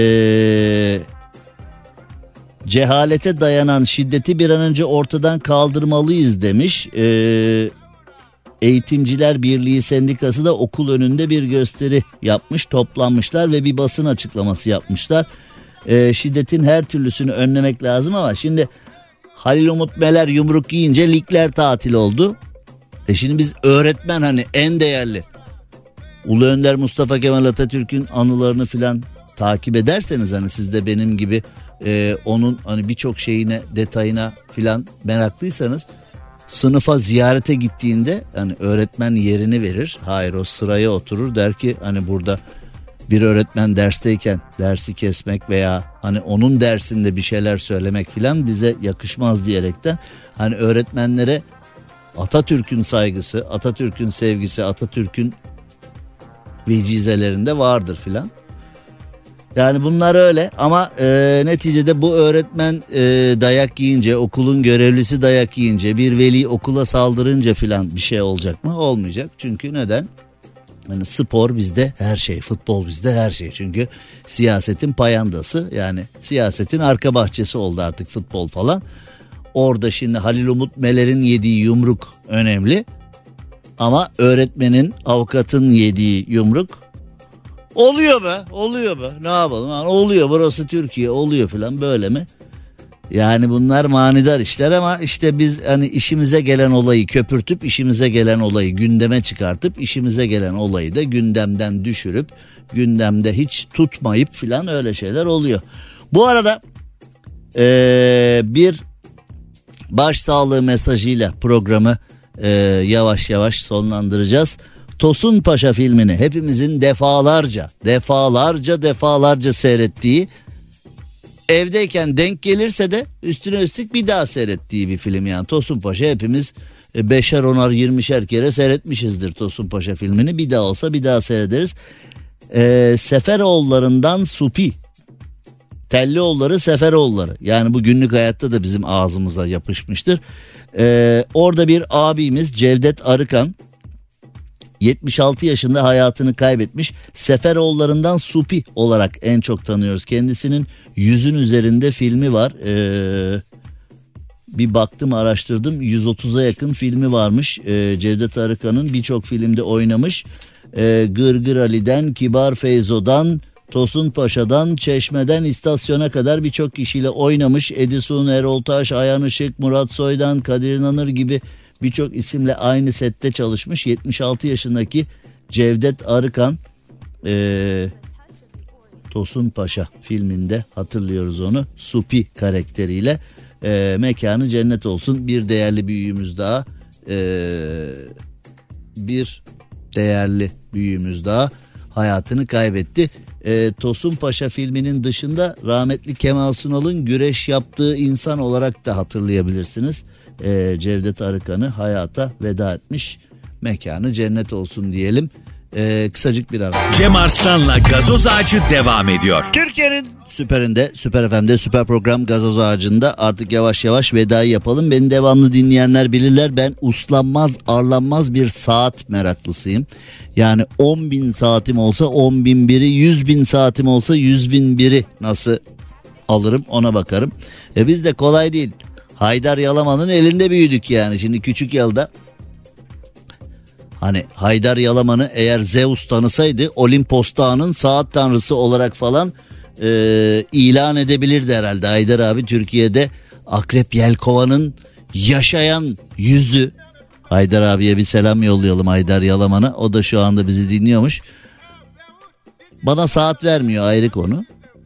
cehalete dayanan şiddeti bir an önce ortadan kaldırmalıyız demiş. E, Eğitimciler Birliği Sendikası da okul önünde bir gösteri yapmış, toplanmışlar ve bir basın açıklaması yapmışlar. Ee, şiddetin her türlüsünü önlemek lazım ama şimdi Halil Umut Meler yumruk yiyince ligler tatil oldu. E şimdi biz öğretmen hani en değerli Ulu Önder Mustafa Kemal Atatürk'ün anılarını filan takip ederseniz hani siz de benim gibi e, onun hani birçok şeyine, detayına filan meraklıysanız sınıfa ziyarete gittiğinde hani öğretmen yerini verir. Hayır, o sıraya oturur, der ki hani burada bir öğretmen dersteyken dersi kesmek veya hani onun dersinde bir şeyler söylemek filan bize yakışmaz diyerekten hani öğretmenlere Atatürk'ün saygısı, Atatürk'ün sevgisi, Atatürk'ün vecizelerinde vardır filan. Yani bunlar öyle ama e, neticede bu öğretmen e, dayak yiyince, okulun görevlisi dayak yiyince, bir veli okula saldırınca filan bir şey olacak mı? Olmayacak. Çünkü neden? Yani spor bizde her şey, futbol bizde her şey. Çünkü siyasetin payandası, yani siyasetin arka bahçesi oldu artık futbol falan. Orada şimdi Halil Umut Meler'in yediği yumruk önemli. Ama öğretmenin, avukatın yediği yumruk oluyor be, oluyor be. Ne yapalım? Yani oluyor, burası Türkiye, oluyor falan, böyle mi? Yani bunlar manidar işler ama işte biz hani işimize gelen olayı köpürtüp, işimize gelen olayı gündeme çıkartıp, işimize gelen olayı da gündemden düşürüp, gündemde hiç tutmayıp filan öyle şeyler oluyor. Bu arada ee, bir başsağlığı mesajıyla programı ee, yavaş yavaş sonlandıracağız. Tosun Paşa filmini hepimizin defalarca, defalarca, defalarca seyrettiği, evdeyken denk gelirse de üstüne üstlük bir daha seyrettiği bir film yani. Tosun Paşa hepimiz beşer, onar, yirmişer kere seyretmişizdir Tosun Paşa filmini. Bir daha olsa bir daha seyrederiz. Ee, Seferoğullarından Supi. Tellioğulları, Seferoğulları. Yani bu günlük hayatta da bizim ağzımıza yapışmıştır. Ee, orada bir abimiz Cevdet Arıkan yetmiş altı yaşında hayatını kaybetmiş. Seferoğullarından Supi olarak en çok tanıyoruz. Kendisinin yüzün üzerinde filmi var. Ee, bir baktım, araştırdım. yüz otuza yakın filmi varmış. Ee, Cevdet Arıkan'ın birçok filmde oynamış. Ee, Gırgır Ali'den, Kibar Feyzo'dan, Tosun Paşa'dan, Çeşme'den istasyona kadar birçok kişiyle oynamış. Edison, Erol Taş, Ayhan Işık, Murat Soydan, Kadir İnanır gibi birçok isimle aynı sette çalışmış. yetmiş altı yaşındaki Cevdet Arıkan ee, Tosun Paşa filminde hatırlıyoruz onu. Supi karakteriyle. E, mekanı cennet olsun. Bir değerli büyüğümüz daha. E, bir değerli büyüğümüz daha hayatını kaybetti. E, Tosun Paşa filminin dışında rahmetli Kemal Sunal'ın güreş yaptığı insan olarak da hatırlayabilirsiniz. E, Cevdet Arıkan'ı hayata veda etmiş. Mekanı cennet olsun diyelim. Ee, kısacık bir ara. Cem Arslan'la Gazoz Ağacı devam ediyor. Türkiye'nin süperinde, Süper F M'de, süper program Gazoz Ağacı'nda artık yavaş yavaş vedayı yapalım. Beni devamlı dinleyenler bilirler, ben uslanmaz arlanmaz bir saat meraklısıyım. Yani on bin saatim olsa on bin biri, yüz bin saatim olsa yüz bin biri nasıl alırım ona bakarım. E biz de kolay değil. Haydar Yalaman'ın elinde büyüdük yani. Şimdi küçük yılda hani Haydar Yalaman'ı eğer Zeus tanısaydı Olimpos Dağı'nın saat tanrısı olarak falan e, ilan edebilirdi herhalde. Haydar abi Türkiye'de Akrep Yelkova'nın yaşayan yüzü. Haydar abiye bir selam yollayalım, Haydar Yalaman'a. O da şu anda bizi dinliyormuş. Bana saat vermiyor, ayrı konu.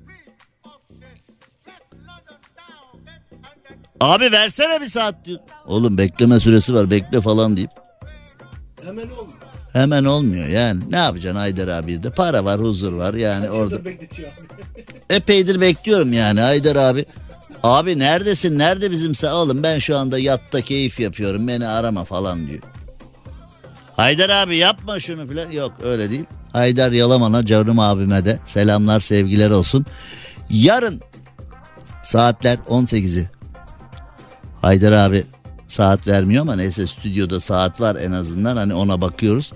Abi versene bir saat diyor. Oğlum bekleme süresi var, bekle falan deyip. Hemen olmuyor. Hemen olmuyor yani. Ne yapacaksın Haydar abi de? Para var, huzur var yani. Kaç orada. Epeydir bekliyorum yani Haydar abi. Abi neredesin? Nerede bizimse? Oğlum ben şu anda yatta keyif yapıyorum. Beni arama falan diyor. Haydar abi yapma şunu falan. Yok öyle değil. Haydar Yalaman'a, canım abime de selamlar, sevgiler olsun. Yarın saatler on sekizi. Haydar abi saat vermiyor ama neyse, stüdyoda saat var en azından, hani ona bakıyoruz.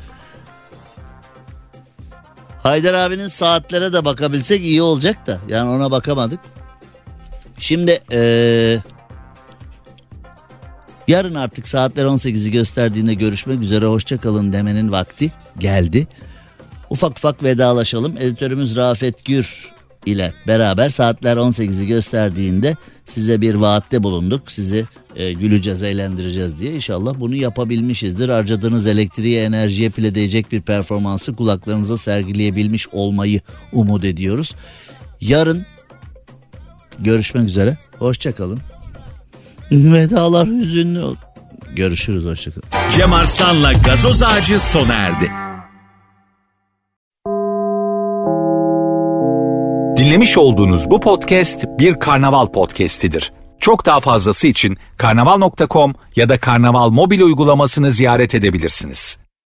Haydar abinin saatlere de bakabilsek iyi olacak da yani ona bakamadık. Şimdi ee, Yarın artık saatler on sekizi gösterdiğinde görüşmek üzere, hoşça kalın demenin vakti geldi. Ufak ufak vedalaşalım. Editörümüz Rafet Gür ile beraber saatler on sekizi gösterdiğinde size bir vaatte bulunduk. Sizi e, güleceğiz, eğlendireceğiz diye. İnşallah bunu yapabilmişizdir. Harcadığınız elektriğe, enerjiye pile değecek bir performansı kulaklarınıza sergileyebilmiş olmayı umut ediyoruz. Yarın görüşmek üzere. Hoşça kalın. Vedalar hüzünlü. Görüşürüz, hoşça kalın. Cem Arslan'la Gazoz Ağacı sona erdi. Dinlemiş olduğunuz bu podcast bir karnaval podcastidir. Çok daha fazlası için karnaval nokta com ya da karnaval mobil uygulamasını ziyaret edebilirsiniz.